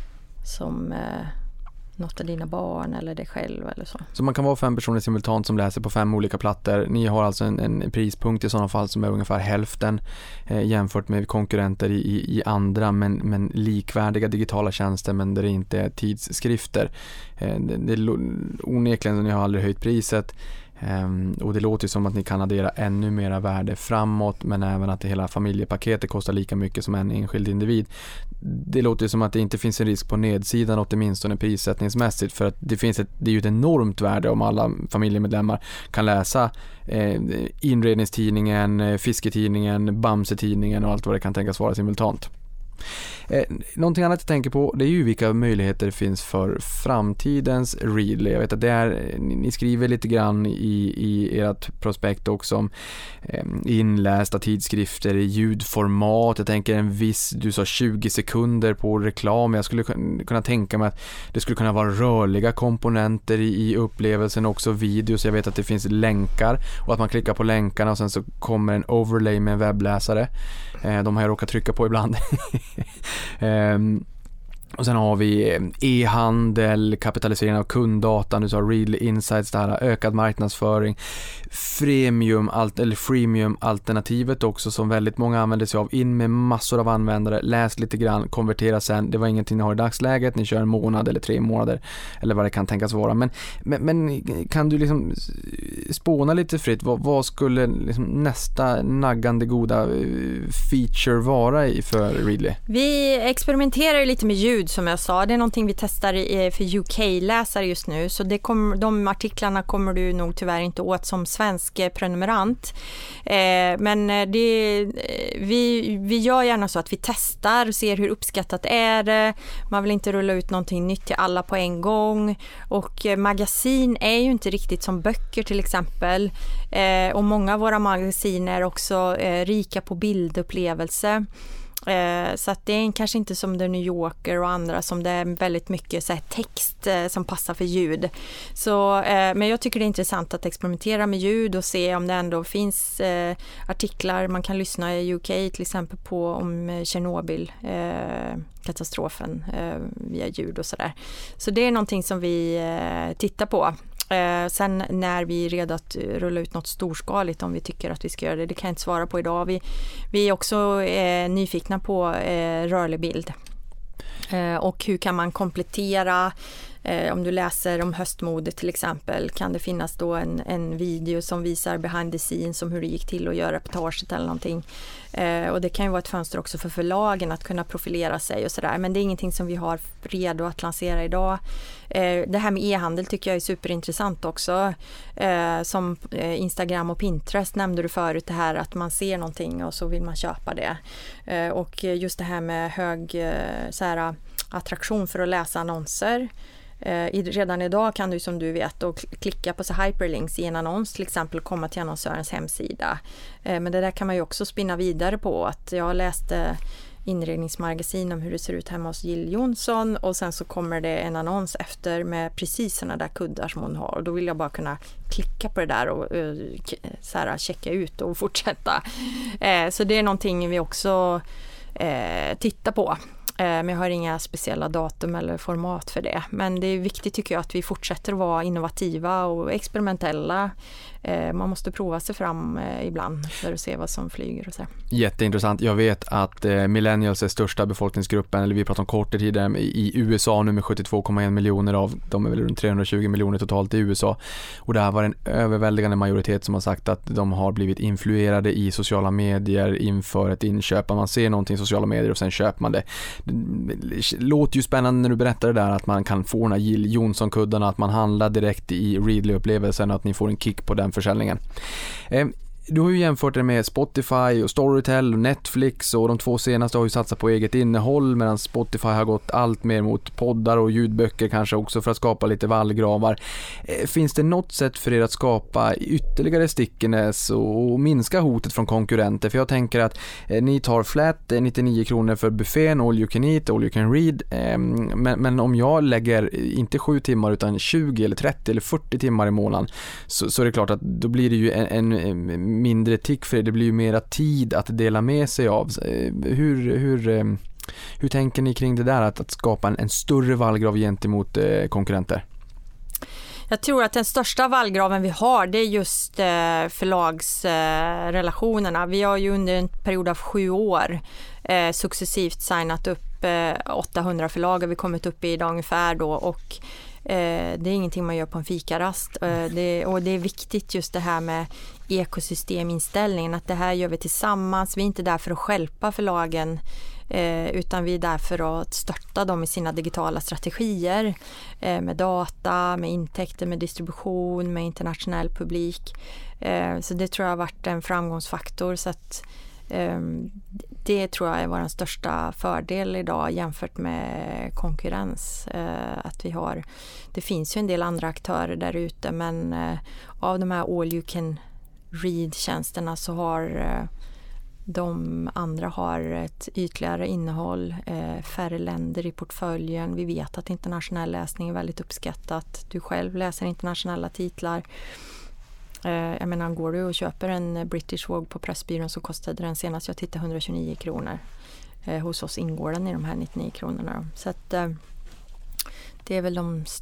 Speaker 4: något av dina barn eller dig själv eller så. Så man kan vara 5 personer simultant som läser på 5 olika plattor. Ni har alltså en prispunkt i sådana fall som är ungefär hälften jämfört med konkurrenter i andra men likvärdiga digitala tjänster, men där det inte är tidsskrifter. Det är onekligen att ni har aldrig höjt priset. Och det låter som att ni kan addera ännu mera värde framåt, men även att det hela familjepaketet kostar lika mycket som en enskild individ. Det låter som att det inte finns en risk på nedsidan, åtminstone prissättningsmässigt, för att det är ju ett enormt värde om alla familjemedlemmar kan läsa inredningstidningen, fisketidningen, Bamse-tidningen och allt vad det kan tänkas vara simultant. Någonting annat jag tänker på, det är ju vilka möjligheter det finns för framtidens Readly. Jag vet att ni skriver lite grann i ert prospekt också om inlästa tidskrifter i ljudformat. Jag tänker du sa 20 sekunder på reklam. Jag skulle kunna tänka mig att det skulle kunna vara rörliga komponenter i upplevelsen, också videos. Jag vet att det finns länkar och att man klickar på länkarna och sen så kommer en overlay med en webbläsare. De har jag råkat trycka på ibland. Och sen har vi e-handel, kapitalisering av kunddatan, du sa Readly Insights, det här, ökad marknadsföring, freemium-alternativet också som väldigt många använder sig av, in med massor av användare, läs lite grann, konvertera sen, det var ingenting ni har i dagsläget, ni kör en månad eller 3 månader eller vad det kan tänkas vara, men kan du liksom spåna lite fritt, vad skulle liksom nästa naggande goda feature vara för Readly? Vi experimenterar ju lite med ljud som jag sa, det är någonting vi testar för UK-läsare just nu, så de artiklarna kommer du nog tyvärr inte åt som svensk prenumerant. Men vi gör gärna så att vi testar och ser hur uppskattat är det. Man vill inte rulla ut någonting nytt till alla på en gång, och magasin är ju inte riktigt som böcker till exempel, och många av våra magasin är också rika på bildupplevelse. Så att det är kanske inte som The New Yorker och andra som det är väldigt mycket så här text som passar för ljud. Så, men jag tycker det är intressant att experimentera med ljud och se om det ändå finns artiklar man kan lyssna i UK till exempel om Tjernobyl katastrofen via ljud och sådär. Så det är någonting som vi tittar på. Sen när vi är redo att rulla ut något storskaligt, om vi tycker att vi ska göra det kan jag inte svara på idag. Vi är också nyfikna på rörlig bild. Och hur kan man komplettera, om du läser om höstmodet till exempel, kan det finnas då en video som visar behind the scenes om hur det gick till att göra reportaget eller någonting. Och det kan ju vara ett fönster också för förlagen att kunna profilera sig och sådär, men det är ingenting som vi har redo att lansera idag. Det här med e-handel tycker jag är superintressant också. Som Instagram och Pinterest nämnde du förut, det här att man ser någonting och så vill man köpa det. Och just det här med hög så här, attraktion för att läsa annonser. Redan idag kan du, som du vet, då klicka på så hyperlinks i en annons till exempel och komma till annonsörens hemsida. Men det där kan man ju också spinna vidare på. Att jag läste inredningsmagasin om hur det ser ut hemma hos Jill Johnson och sen så kommer det en annons efter med precis såna där kuddar som hon har och då vill jag bara kunna klicka på det där och så här, checka ut och fortsätta. Så det är någonting vi också tittar på. Men jag har inga speciella datum eller format för det. Men det är viktigt tycker jag att vi fortsätter att vara innovativa och experimentella. Man måste prova sig fram ibland för att se vad som flyger och så.
Speaker 3: Jätteintressant. Jag vet att millennials är största befolkningsgruppen, eller vi pratar om kortare tider i USA nu med 72,1 miljoner av de är väl runt 320 miljoner totalt i USA. Och det här var en överväldigande majoritet som har sagt att de har blivit influerade i sociala medier inför ett inköp. Man ser någonting i sociala medier och sen köper man det. Det låter ju spännande när du berättar det där att man kan få den här Jill Johnson-kuddarna, att man handlar direkt i Readly-upplevelsen och att ni får en kick på den försäljningen. Du har ju jämfört det med Spotify och Storytel och Netflix och de två senaste har ju satsat på eget innehåll medan Spotify har gått allt mer mot poddar och ljudböcker kanske också för att skapa lite vallgravar. Finns det något sätt för er att skapa ytterligare stickiness och minska hotet från konkurrenter? För jag tänker att ni tar flat 99 kronor för buffén, all you can eat, all you can read. Men om jag lägger inte 7 timmar utan 20 eller 30 eller 40 timmar i månaden så är det klart att då blir det ju en mindre tick för det blir ju mera tid att dela med sig av. Hur tänker ni kring det där att skapa en större vallgrav gentemot konkurrenter?
Speaker 4: Jag tror att den största vallgraven vi har det är just förlagsrelationerna. Vi har ju under en period av 7 år successivt signat upp 800 förlag och vi kommit upp i idag ungefär då och det är ingenting man gör på en fikarast och det är viktigt just det här med ekosysteminställningen att det här gör vi tillsammans. Vi är inte där för att stjälpa förlagen utan vi är där för att stötta dem i sina digitala strategier med data, med intäkter, med distribution, med internationell publik. Så det tror jag har varit en framgångsfaktor så att det tror jag är vår största fördel idag jämfört med konkurrens. Att vi har, det finns ju en del andra aktörer där ute men av de här all you can read-tjänsterna så har de andra har ett ytligare innehåll, färre länder i portföljen. Vi vet att internationell läsning är väldigt uppskattat. Du själv läser internationella titlar. Jag menar, går du och köper en British Vogue på Pressbyrån så kostade den senast jag tittade 129 kronor. Hos oss ingår den i de här 99 kronorna. Så att det är väl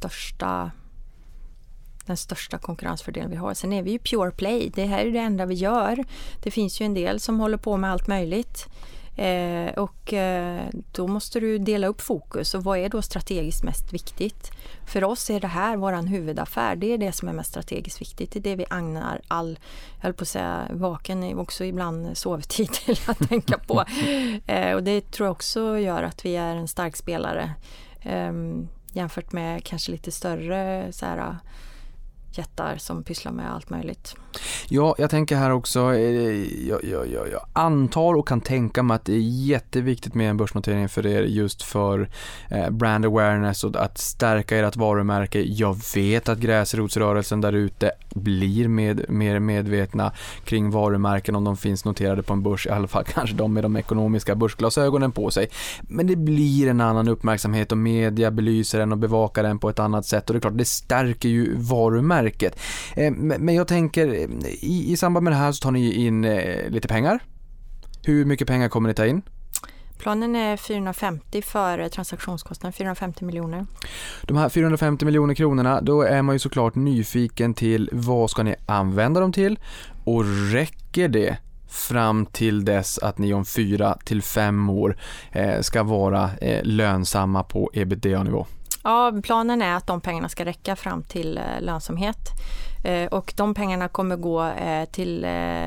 Speaker 4: den största konkurrensfördelen vi har. Sen är vi ju pure play. Det här är det enda vi gör. Det finns ju en del som håller på med allt möjligt. Och då måste du dela upp fokus och vad är då strategiskt mest viktigt? För oss är det här våran huvudaffär, det är det som är mest strategiskt viktigt, det är det vi ägnar jag höll på att säga vaken är också ibland sovtid till att tänka på och det tror jag också gör att vi är en stark spelare jämfört med kanske lite större så här jättar som pysslar med allt möjligt.
Speaker 3: Ja, jag tänker här också, jag antar och kan tänka mig att det är jätteviktigt med en börsnotering för er just för brand awareness och att stärka ert varumärke. Jag vet att gräsrotsrörelsen där ute blir mer medvetna kring varumärken om de finns noterade på en börs, i alla fall kanske de med de ekonomiska börsglasögonen på sig. Men det blir en annan uppmärksamhet och media belyser den och bevakar den på ett annat sätt och det är klart, det stärker ju varumärket. Men jag tänker, i samband med det här så tar ni in lite pengar. Hur mycket pengar kommer ni ta in?
Speaker 4: Planen är 450 för transaktionskostnaden, 450 miljoner.
Speaker 3: De här 450 miljoner kronorna, då är man ju såklart nyfiken till vad ska ni använda dem till och räcker det fram till dess att ni om 4 till 5 år ska vara lönsamma på EBITDA-nivå?
Speaker 4: Ja, planen är att de pengarna ska räcka fram till lönsamhet. Och de pengarna kommer gå till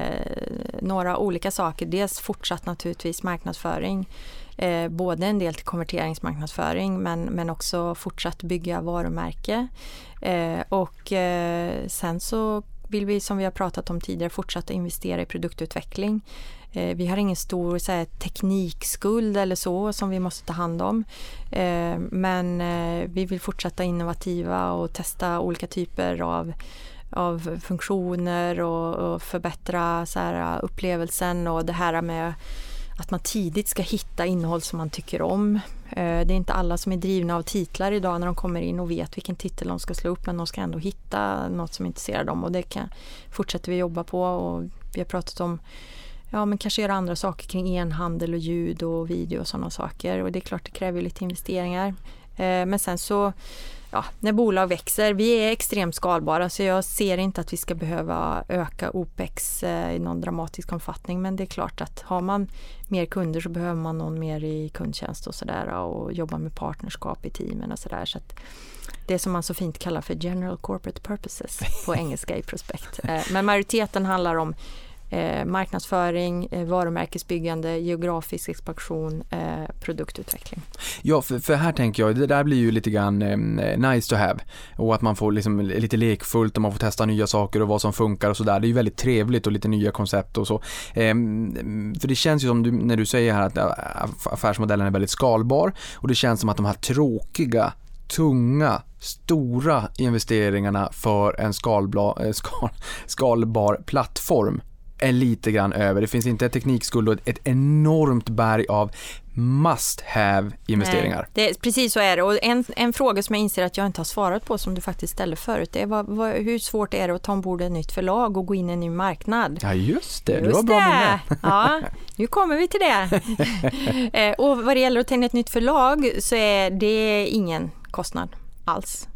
Speaker 4: några olika saker. Dels fortsatt naturligtvis marknadsföring. Både en del till konverteringsmarknadsföring men också fortsatt bygga varumärke. Och sen så vill vi, som vi har pratat om tidigare, fortsätta investera i produktutveckling. Vi har ingen stor teknikskuld eller så som vi måste ta hand om. Men vi vill fortsätta innovativa och testa olika typer av funktioner och förbättra upplevelsen, och det här med att man tidigt ska hitta innehåll som man tycker om. Det är inte alla som är drivna av titlar idag när de kommer in och vet vilken titel de ska slå upp, men de ska ändå hitta något som intresserar dem, och det fortsätter vi jobba på. Och vi har pratat om men kanske göra andra saker kring e-handel och ljud och video och sådana saker, och det är klart det kräver lite investeringar. Men sen så när bolag växer, vi är extremt skalbara, så jag ser inte att vi ska behöva öka OPEX i någon dramatisk omfattning, men det är klart att har man mer kunder så behöver man någon mer i kundtjänst och sådär, och jobba med partnerskap i teamen och sådär, så att det som man så fint kallar för general corporate purposes på engelska i prospekt. Men majoriteten handlar om marknadsföring, varumärkesbyggande, geografisk expansion, produktutveckling.
Speaker 3: Ja, för här tänker jag, det där blir ju lite grann nice to have, och att man får liksom lite lekfullt och man får testa nya saker och vad som funkar och sådär. Det är ju väldigt trevligt och lite nya koncept och så. För det känns ju som när du säger här att affärsmodellen är väldigt skalbar, och det känns som att de här tråkiga, tunga, stora investeringarna för en skalbar plattform är lite grann över. Det finns inte ett teknikskuld och ett enormt berg av must-have-investeringar.
Speaker 4: Nej, precis så är det. Och en fråga som jag inser att jag inte har svarat på, som du faktiskt ställde förut, det är hur svårt är det att ta ombord ett nytt förlag och gå in i en ny marknad?
Speaker 3: Ja, just det. Du var bra med det.
Speaker 4: Ja, nu kommer vi till det. Och vad det gäller att ta in ett nytt förlag så är det ingen kostnad alls.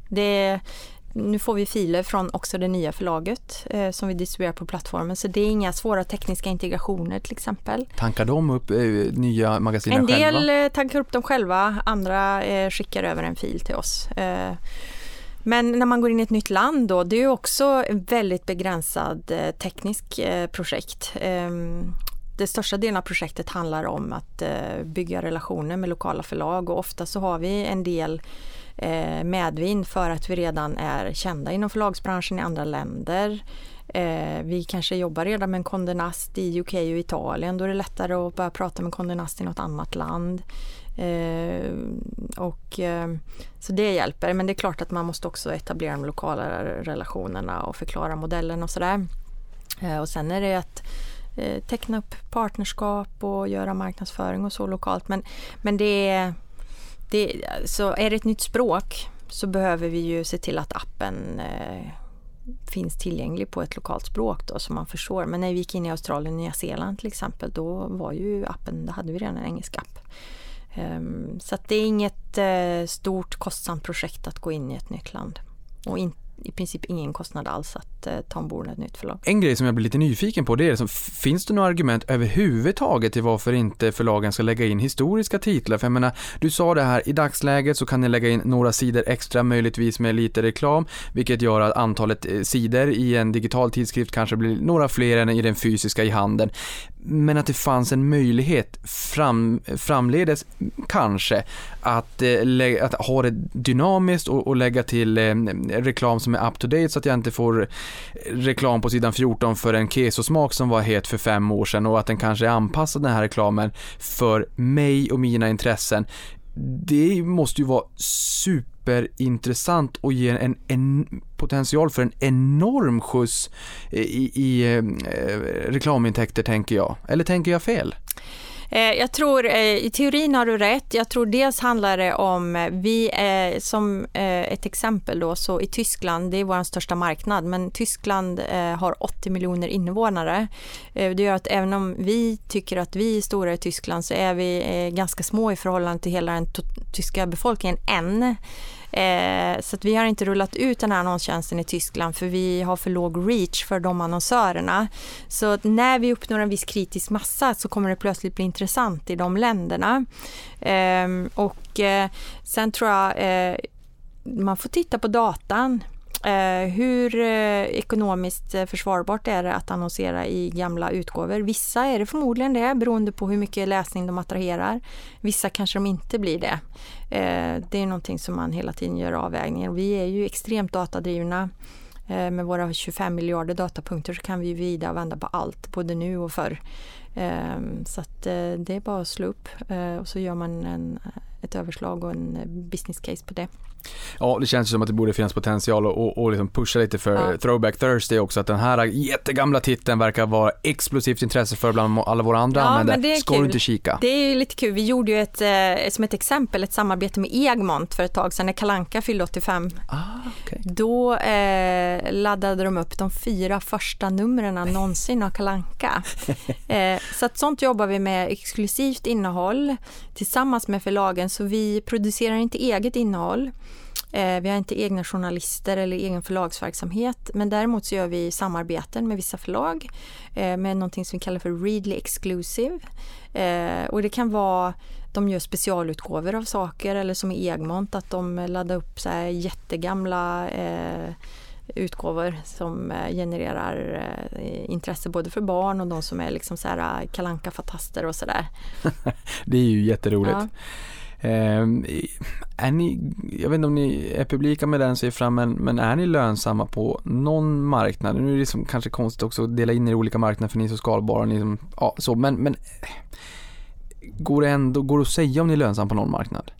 Speaker 4: Nu får vi filer från också det nya förlaget som vi distribuerar på plattformen, så det är inga svåra tekniska integrationer till exempel.
Speaker 3: Tankar de upp nya magasiner själva?
Speaker 4: En del tankar upp dem själva, andra skickar över en fil till oss. Men när man går in i ett nytt land då, det är ju också en väldigt begränsad teknisk projekt. Det största delen av projektet handlar om att bygga relationer med lokala förlag, och ofta så har vi en del medvind för att vi redan är kända inom förlagsbranschen i andra länder. Vi kanske jobbar redan med en Condé Nast i UK och Italien, då är det lättare att börja prata med Condé Nast i något annat land. Så det hjälper, men det är klart att man måste också etablera de lokala relationerna och förklara modellen och sådär. Och sen är det att teckna upp partnerskap och göra marknadsföring och så lokalt, men så är det ett nytt språk så behöver vi ju se till att appen finns tillgänglig på ett lokalt språk då, som man förstår. Men när vi gick in i Australien och Nya Zeeland till exempel, då var ju appen, då hade vi redan en engelsk app. Så att det är inget stort kostsamt projekt att gå in i ett nytt land, och i princip ingen kostnad alls att ta ombord ett nytt förlag. En
Speaker 3: grej som jag blir lite nyfiken på, det är finns det några argument överhuvudtaget till varför inte förlagen ska lägga in historiska titlar? För jag menar, du sa det här, i dagsläget så kan ni lägga in några sidor extra, möjligtvis med lite reklam, vilket gör att antalet sidor i en digital tidskrift kanske blir några fler än i den fysiska i handen. Men att det fanns en möjlighet framledes kanske att ha det dynamiskt och lägga till reklam som är up to date, så att jag inte får reklam på sidan 14 för en kesosmak som var het för 5 år sedan, och att den kanske är anpassad, den här reklamen, för mig och mina intressen. Det måste ju vara superintressant och ge en potential för en enorm skjuts i reklamintäkter, tänker jag. Eller tänker jag fel?
Speaker 4: Jag tror, i teorin har du rätt. Jag tror dels handlar det om, som ett exempel då, så i Tyskland, det är vår största marknad, men Tyskland har 80 miljoner invånare. Det gör att även om vi tycker att vi är stora i Tyskland så är vi ganska små i förhållande till hela den tyska befolkningen än. Så att vi har inte rullat ut den här annonstjänsten i Tyskland för vi har för låg reach för de annonsörerna. Så att när vi uppnår en viss kritisk massa så kommer det plötsligt bli intressant i de länderna. Sen tror jag man får titta på datan. Hur ekonomiskt försvarbart är det att annonsera i gamla utgåvor? Vissa är det förmodligen det, beroende på hur mycket läsning de attraherar. Vissa kanske de inte blir det. Det är någonting som man hela tiden gör avvägningar. Vi är ju extremt datadrivna. Med våra 25 miljarder datapunkter så kan vi vrida och vända på allt, både nu och förr. Så att det är bara att slå upp och så gör man ett överslag och en business case på det.
Speaker 3: Ja, det känns som att det borde finnas potential och liksom pusha lite för Throwback Thursday också, att den här jättegamla titeln verkar vara explosivt intresse för bland alla våra andra användare. Ska du inte kika?
Speaker 4: Det är ju lite kul. Vi gjorde ju som ett exempel ett samarbete med Egmont för ett tag sedan när Kalle Anka fyllde 85.
Speaker 3: Okay.
Speaker 4: Då laddade de upp de 4 första numren någonsin av Kalle Anka. Så att sånt jobbar vi med, exklusivt innehåll tillsammans med förlagen, så vi producerar inte eget innehåll. Vi har inte egna journalister eller egen förlagsverksamhet, men däremot så gör vi samarbeten med vissa förlag med någonting som vi kallar för Readly Exclusive. Och det kan vara, de gör specialutgåvor av saker, eller som i Egmont att de laddar upp så här jättegamla utgåvor som genererar intresse både för barn och de som är liksom så här Kalle Anka-fantaster och sådär.
Speaker 3: Det är ju jätteroligt. Ja. Är ni, jag vet inte om ni är publika med den siffran, men är ni lönsamma på någon marknad? Nu är det liksom kanske konstigt också att dela in i olika marknader för ni är så skalbara, ni liksom, ja, så, men går det att säga om ni är lönsamma på någon marknad?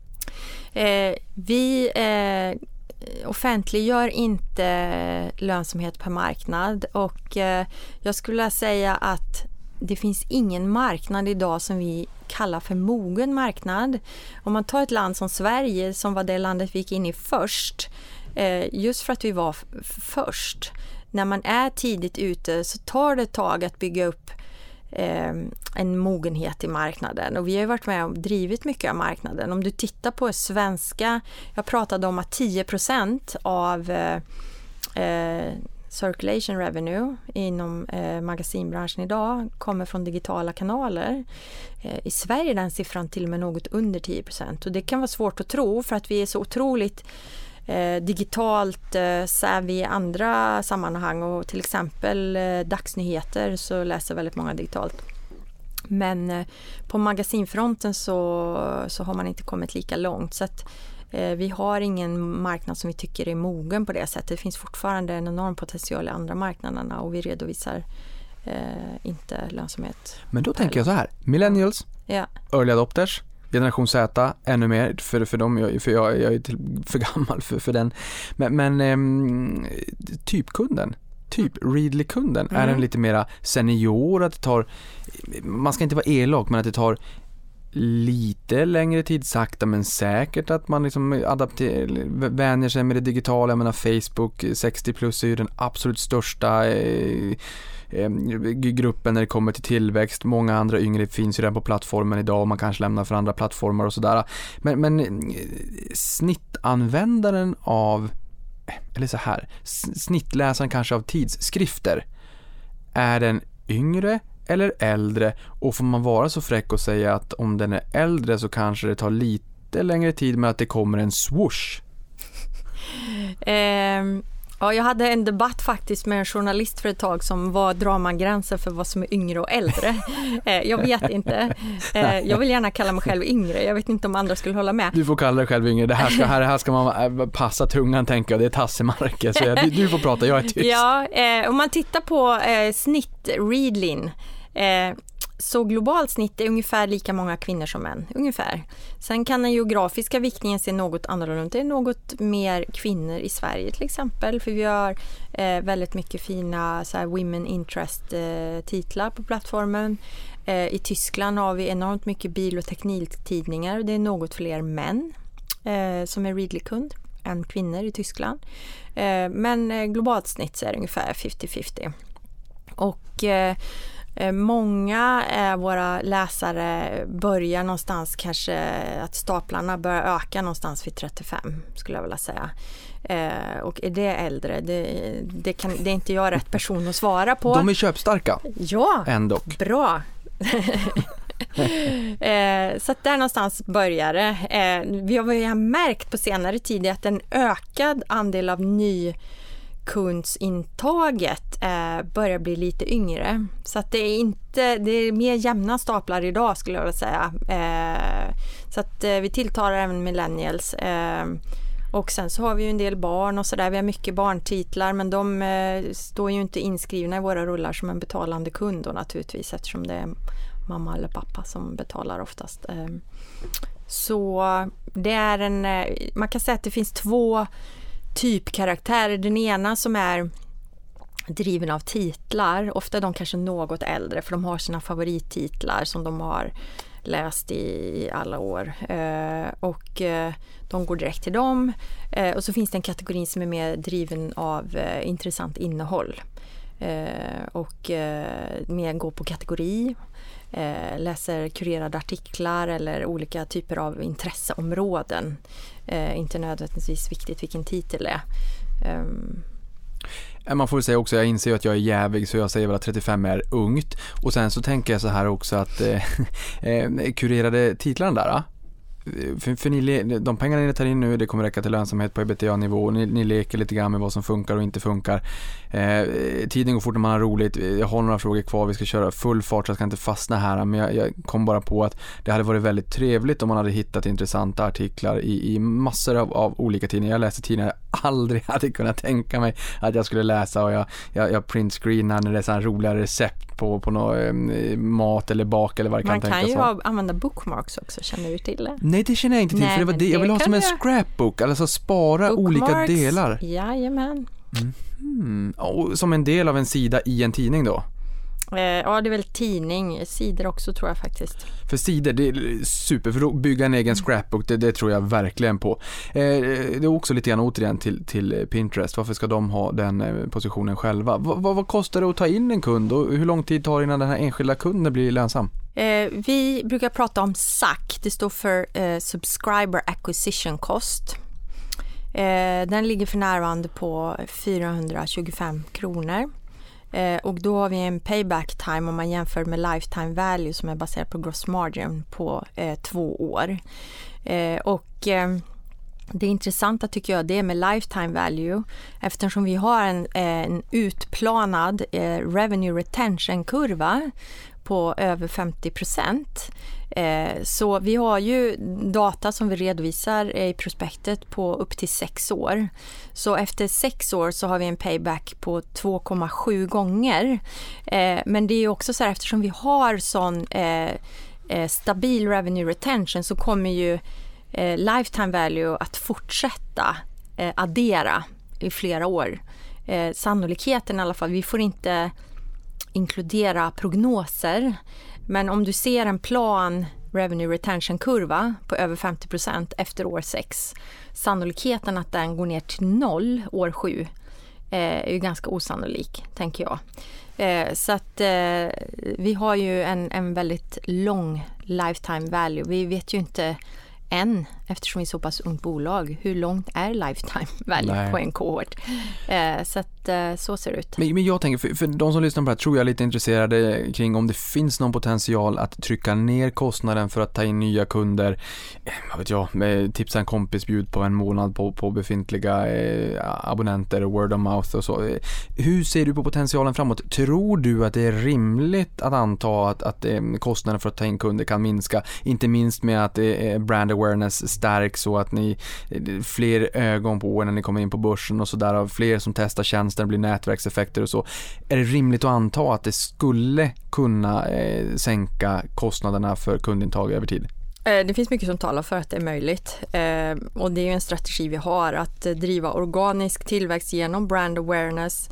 Speaker 4: Vi offentliggör inte lönsamhet per marknad, och jag skulle säga att det finns ingen marknad idag som vi kallar för mogen marknad. Om man tar ett land som Sverige, som var det landet vi gick in i först, just för att vi var först. När man är tidigt ute så tar det ett tag att bygga upp en mogenhet i marknaden, och vi har ju varit med och drivit mycket av marknaden. Om du tittar på svenska, jag pratade om att 10% av circulation revenue inom magasinbranschen idag kommer från digitala kanaler. I Sverige är den siffran till och med något under 10%, och det kan vara svårt att tro för att vi är så otroligt digitalt savvy i andra sammanhang, och till exempel dagsnyheter så läser väldigt många digitalt. Men på magasinfronten så har man inte kommit lika långt, så att vi har ingen marknad som vi tycker är mogen på det sättet. Det finns fortfarande en enorm potential i andra marknaderna, och vi redovisar inte lönsamhet. Men då
Speaker 3: tänker jag så här, millennials, early adopters, generation Z, ännu mer för dem, för jag är för gammal för den. Men typkunden, Readly-kunden, är den lite mera senior, att det tar, man ska inte vara elak, men att det tar lite längre tid, sakta men säkert, att man liksom vänjer sig med det digitala. Jag menar, Facebook 60 plus är ju den absolut största gruppen när det kommer till tillväxt. Många andra yngre finns ju redan på plattformen idag, och man kanske lämnar för andra plattformar och sådär. Men snittanvändaren av, eller så här, snittläsaren kanske av tidsskrifter, är den yngre eller äldre? Och får man vara så fräck och säga att om den är äldre så kanske det tar lite längre tid med att det kommer en swoosh?
Speaker 4: Ja, jag hade en debatt faktiskt med en journalist för ett tag som drar man gränser för vad som är yngre och äldre. Jag vet inte. Jag vill gärna kalla mig själv yngre. Jag vet inte om andra skulle hålla med.
Speaker 3: Du får kalla dig själv yngre. Här ska man passa tungan, tänker jag. Det är tassemarker. Så du får prata, jag är tyst.
Speaker 4: Ja, om man tittar på snitt Readlyn, så globalt snitt är ungefär lika många kvinnor som män, ungefär. Sen kan den geografiska viktningen se något annorlunda. Det är något mer kvinnor i Sverige till exempel, för vi har väldigt mycket fina så här women interest titlar på plattformen. I Tyskland har vi enormt mycket bil- och tekniktidningar. Det är något fler män som är Readly-kund än kvinnor i Tyskland. Men globalt snitt så är det ungefär 50-50. Och många våra läsare börjar någonstans, kanske att staplarna börjar öka någonstans vid 35 skulle jag vilja säga. Och är det äldre, det är inte jag rätt person att svara på.
Speaker 3: De är köpstarka.
Speaker 4: Ja,
Speaker 3: ändå.
Speaker 4: Bra. Så att där någonstans börjar det. Vi har märkt på senare tid att en ökad andel av kundsintaget börjar bli lite yngre. Så att det är mer jämna staplar idag skulle jag vilja säga. Så att vi tilltalar även millennials. Och sen så har vi ju en del barn och sådär. Vi har mycket barntitlar, men de står ju inte inskrivna i våra rullar som en betalande kund då, naturligtvis, eftersom det är mamma eller pappa som betalar oftast. Så det är man kan säga att det finns 2 typkaraktärer. Den ena som är driven av titlar. Ofta är de kanske något äldre för de har sina favorittitlar som de har läst i alla år. Och de går direkt till dem. Och så finns det en kategori som är mer driven av intressant innehåll. Och mer går på kategori. Läser kurerade artiklar eller olika typer av intresseområden. Inte nödvändigtvis viktigt vilken titel det är.
Speaker 3: Man får väl säga också, jag inser att jag är jävig så jag säger väl att 35 är ungt. Och sen så tänker jag så här också att kurerade titlarna där, för ni, de pengarna ni tar in nu, det kommer räcka till lönsamhet på EBITDA-nivå. Ni leker lite grann med vad som funkar och inte funkar. Tiden går fort när man har roligt. Jag har några frågor kvar, vi ska köra full fart så jag ska inte fastna här. Men jag kom bara på att det hade varit väldigt trevligt om man hade hittat intressanta artiklar i massor av olika tidningar. Jag läser tidningar jag aldrig hade kunnat tänka mig att jag skulle läsa, och jag printscreenar när det är så här roliga recept på någon mat eller bak eller vad det kan tänkas.
Speaker 4: Man kan ju använda bookmarks också, känner du till det?
Speaker 3: Nej, det känner jag inte till. För det var det jag vill ha som en scrapbook, alltså spara bookmarks, olika delar.
Speaker 4: Jajamän.
Speaker 3: Och som en del av en sida i en tidning då?
Speaker 4: Ja, det är väl tidning. Sidor också tror jag faktiskt.
Speaker 3: För sidor, det är super. För att bygga en egen scrapbook, det tror jag verkligen på. Det är också lite grann återigen till Pinterest. Varför ska de ha den positionen själva? Vad kostar det att ta in en kund och hur lång tid tar det innan den här enskilda kunden blir lönsam?
Speaker 4: Vi brukar prata om SAC. Det står för Subscriber Acquisition Cost. Den ligger för närvarande på 425 kronor. Och då har vi en payback time om man jämför med lifetime value som är baserad på gross margin på 2 år. Det intressanta tycker jag det är med lifetime value, eftersom vi har en utplanad revenue retention kurva på över 50%. Så vi har ju data som vi redovisar i prospektet på upp till 6 år. Så efter 6 år så har vi en payback på 2,7 gånger. Men det är ju också så här, eftersom vi har sån stabil revenue retention så kommer ju lifetime value att fortsätta addera i flera år. Sannolikheten i alla fall, vi får inte inkludera prognoser, men om du ser en plan revenue retention kurva på över 50% efter år 6, sannolikheten att den går ner till 0 år 7 är ju ganska osannolik, tänker jag. Så att vi har ju en väldigt lång lifetime value. Vi vet ju inte än, eftersom vi är så pass ungt bolag, hur långt är lifetime value på en cohort. Så att så ser det ut.
Speaker 3: Men jag tänker, för de som lyssnar på det här tror jag är lite intresserade kring om det finns någon potential att trycka ner kostnaden för att ta in nya kunder. Vad vet jag, tipsa en kompis, bjud på en månad på befintliga abonnenter, word of mouth och så. Hur ser du på potentialen framåt? Tror du att det är rimligt att anta att kostnaden för att ta in kunder kan minska? Inte minst med att brand awareness stärks så att ni fler ögon på när ni kommer in på börsen och sådär, och fler som testar tjänster, blir nätverkseffekter och så. Är det rimligt att anta att det skulle kunna sänka kostnaderna för kundintag över tid?
Speaker 4: Det finns mycket som talar för att det är möjligt. Och det är ju en strategi vi har, att driva organisk tillväxt genom brand awareness,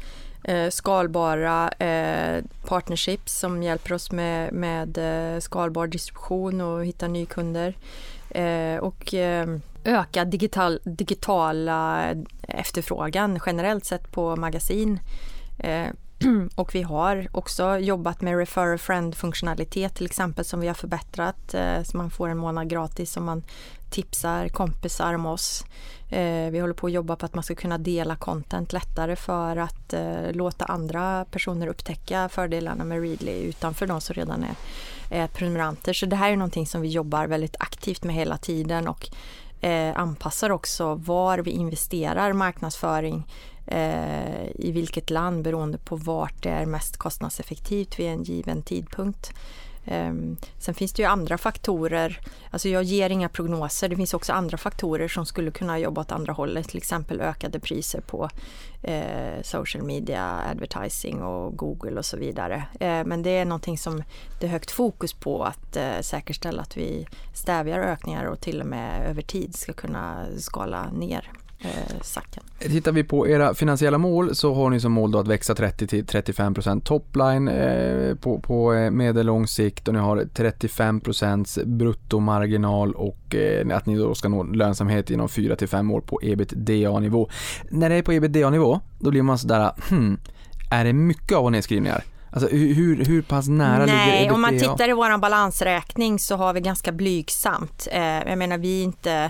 Speaker 4: skalbara partnerships som hjälper oss med skalbar distribution och hitta nya kunder. Och öka digitala efterfrågan generellt sett på magasin. Och vi har också jobbat med refer a friend-funktionalitet till exempel som vi har förbättrat. Så man får en månad gratis om man tipsar kompisar om oss. Vi håller på att jobba på att man ska kunna dela content lättare för att låta andra personer upptäcka fördelarna med Readly utanför de som redan är prenumeranter. Så det här är någonting som vi jobbar väldigt aktivt med hela tiden och anpassar också var vi investerar marknadsföring i vilket land beroende på vart det är mest kostnadseffektivt vid en given tidpunkt. Sen finns det ju andra faktorer, alltså jag ger inga prognoser, det finns också andra faktorer som skulle kunna jobba åt andra hållet, till exempel ökade priser på social media, advertising och Google och så vidare. Men det är någonting som det är högt fokus på att säkerställa att vi stävjar ökningar och till och med över tid ska kunna skala ner.
Speaker 3: Tittar vi på era finansiella mål så har ni som mål då att växa 30-35% topline på medellång sikt och ni har 35% bruttomarginal och att ni då ska nå lönsamhet inom 4-5 år på EBITDA-nivå. När det är på EBITDA-nivå då blir man sådär, är det mycket av nedskrivningar? Alltså hur pass nära ligger EBITDA?
Speaker 4: Om man tittar i vår balansräkning så har vi ganska blygsamt. Jag menar vi inte...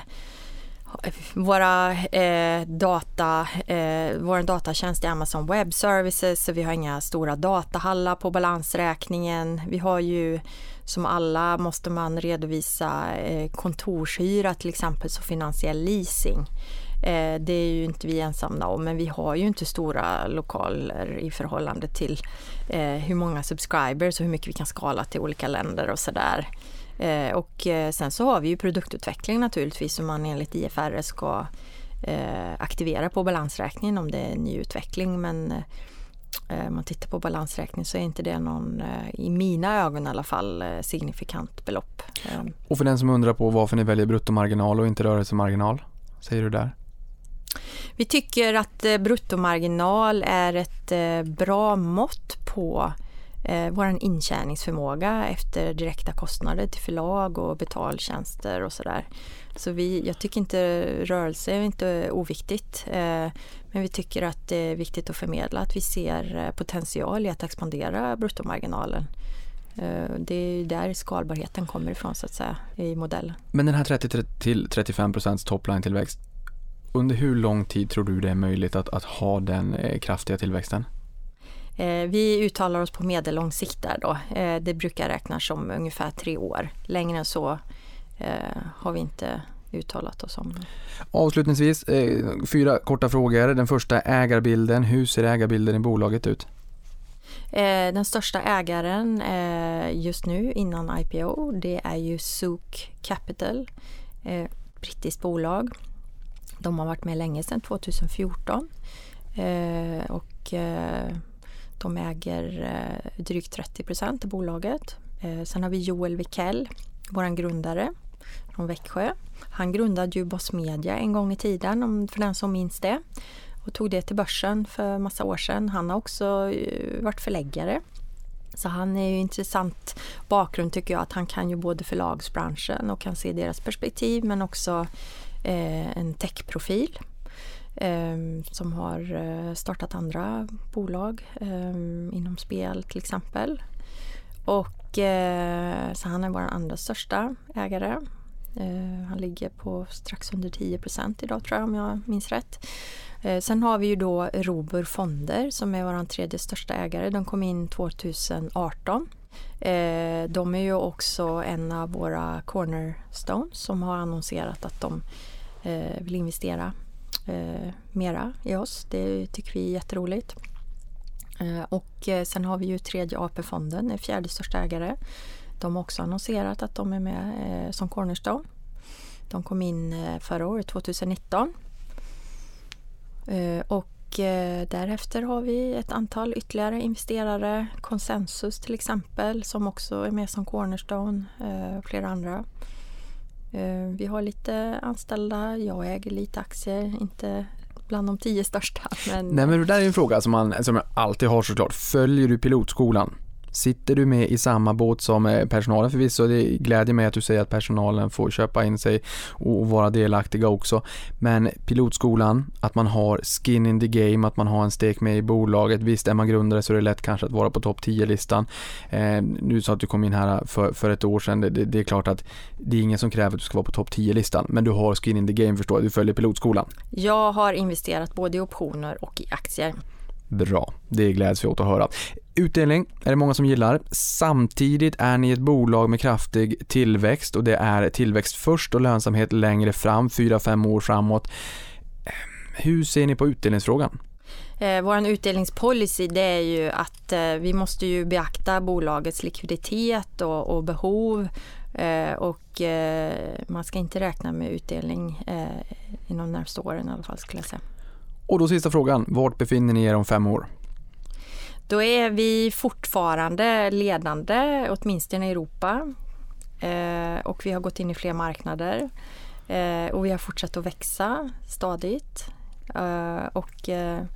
Speaker 4: Vår datatjänst är Amazon Web Services så vi har inga stora datahallar på balansräkningen. Vi har ju som alla måste man redovisa kontorshyra till exempel så finansiell leasing. Det är ju inte vi ensamma om men vi har ju inte stora lokaler i förhållande till hur många subscribers och hur mycket vi kan skala till olika länder och sådär. Och sen så har vi ju produktutveckling naturligtvis som man enligt IFR ska aktivera på balansräkningen om det är nyutveckling men om man tittar på balansräkningen så är inte det någon, i mina ögon i alla fall, signifikant belopp.
Speaker 3: Och för den som undrar på varför ni väljer bruttomarginal och inte rörelsemarginal, säger du där?
Speaker 4: Vi tycker att bruttomarginal är ett bra mått på vår intjäningsförmåga efter direkta kostnader till förlag och betaltjänster och sådär. Så jag tycker inte rörelse är inte oviktigt men vi tycker att det är viktigt att förmedla att vi ser potential i att expandera bruttomarginalen. Det är där skalbarheten kommer ifrån så att säga i modellen. Men
Speaker 3: den här 30-35% topline-tillväxt, under hur lång tid tror du det är möjligt att ha den kraftiga tillväxten?
Speaker 4: Vi uttalar oss på medellång sikt där då. Det brukar räknas som ungefär 3 år. Längre än så har vi inte uttalat oss om.
Speaker 3: Avslutningsvis, 4 korta frågor. Den första är ägarbilden. Hur ser ägarbilden i bolaget ut?
Speaker 4: Den största ägaren just nu innan IPO det är ju Zouk Capital, brittiskt bolag. De har varit med länge sedan 2014 och de äger drygt 30% av bolaget. Sen har vi Joel Wikell, våran grundare från Växjö. Han grundade ju Boss Media en gång i tiden, för den som minns det. Och tog det till börsen för massa år sedan. Han har också varit förläggare. Så han är ju intressant bakgrund tycker jag. Att han kan ju både förlagsbranschen och kan se deras perspektiv. Men också en techprofil. Som har startat andra bolag inom spel till exempel. Och så han är vår andra största ägare. Han ligger på strax under 10% idag tror jag om jag minns rätt. Sen har vi ju då Robur Fonder som är vår tredje största ägare. De kom in 2018. De är ju också en av våra cornerstones som har annonserat att de vill investera mera i oss. Det tycker vi är jätteroligt. Och sen har vi ju tredje AP-fonden, är fjärde största ägare. De har också annonserat att de är med som cornerstone. De kom in förra året, 2019. Och därefter har vi ett antal ytterligare investerare. Consensus till exempel, som också är med som cornerstone. Flera andra. Vi har lite anställda. Jag äger lite aktier, inte bland de 10 största. Men...
Speaker 3: Nej, men det där är en fråga som jag alltid har såklart. Följer du pilotskolan? Sitter du med i samma båt som personalen förvisso? Det glädjer mig att du säger att personalen får köpa in sig och vara delaktiga också. Men pilotskolan, att man har skin in the game, att man har en stek med i bolaget. Visst, är man grundare så är det lätt kanske att vara på topp 10-listan. Nu sa att du kom in här för ett år sedan. Det är klart att det är ingen som kräver att du ska vara på topp 10-listan. Men du har skin in the game, förstår jag. Du följer pilotskolan.
Speaker 4: Jag har investerat både i optioner och i aktier.
Speaker 3: Bra, det gläds vi åt att höra. Utdelning är det många som gillar. Samtidigt är ni ett bolag med kraftig tillväxt och det är tillväxt först och lönsamhet längre fram, 4-5 år framåt. Hur ser ni på utdelningsfrågan?
Speaker 4: Vår utdelningspolicy, det är ju att vi måste ju beakta bolagets likviditet och behov och man ska inte räkna med utdelning inom närmaste åren i alla fall, skulle jag säga.
Speaker 3: Och då sista frågan, vart befinner ni er om 5 år?
Speaker 4: Då är vi fortfarande ledande, åtminstone i Europa. Och vi har gått in i fler marknader. Och vi har fortsatt att växa stadigt. Och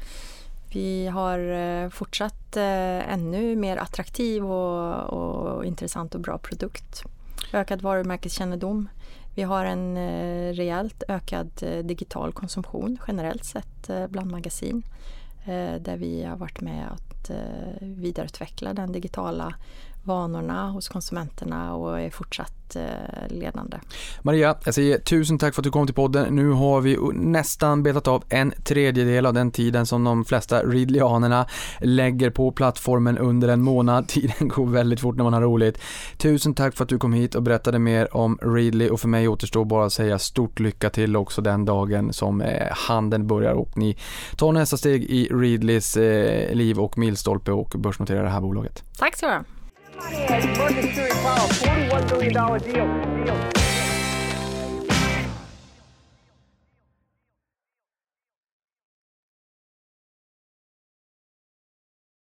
Speaker 4: vi har fortsatt ännu mer attraktiv och intressant och bra produkt. Ökad varumärkeskännedom. Vi har en rejält ökad digital konsumtion generellt sett bland magasin. Där vi har varit med att vidareutveckla den digitala vanorna hos konsumenterna och är fortsatt ledande.
Speaker 3: Maria, jag säger tusen tack för att du kom till podden. Nu har vi nästan betat av 1/3 av den tiden som de flesta Readlianerna lägger på plattformen under en månad. Tiden går väldigt fort när man har roligt. Tusen tack för att du kom hit och berättade mer om Readly, och för mig återstår bara att säga stort lycka till också den dagen som handeln börjar och ni tar nästa steg i Readlys liv och milstolpe och börsnoterar det här bolaget.
Speaker 4: Tack så mycket.
Speaker 1: Mercury Power, $41 billion deal.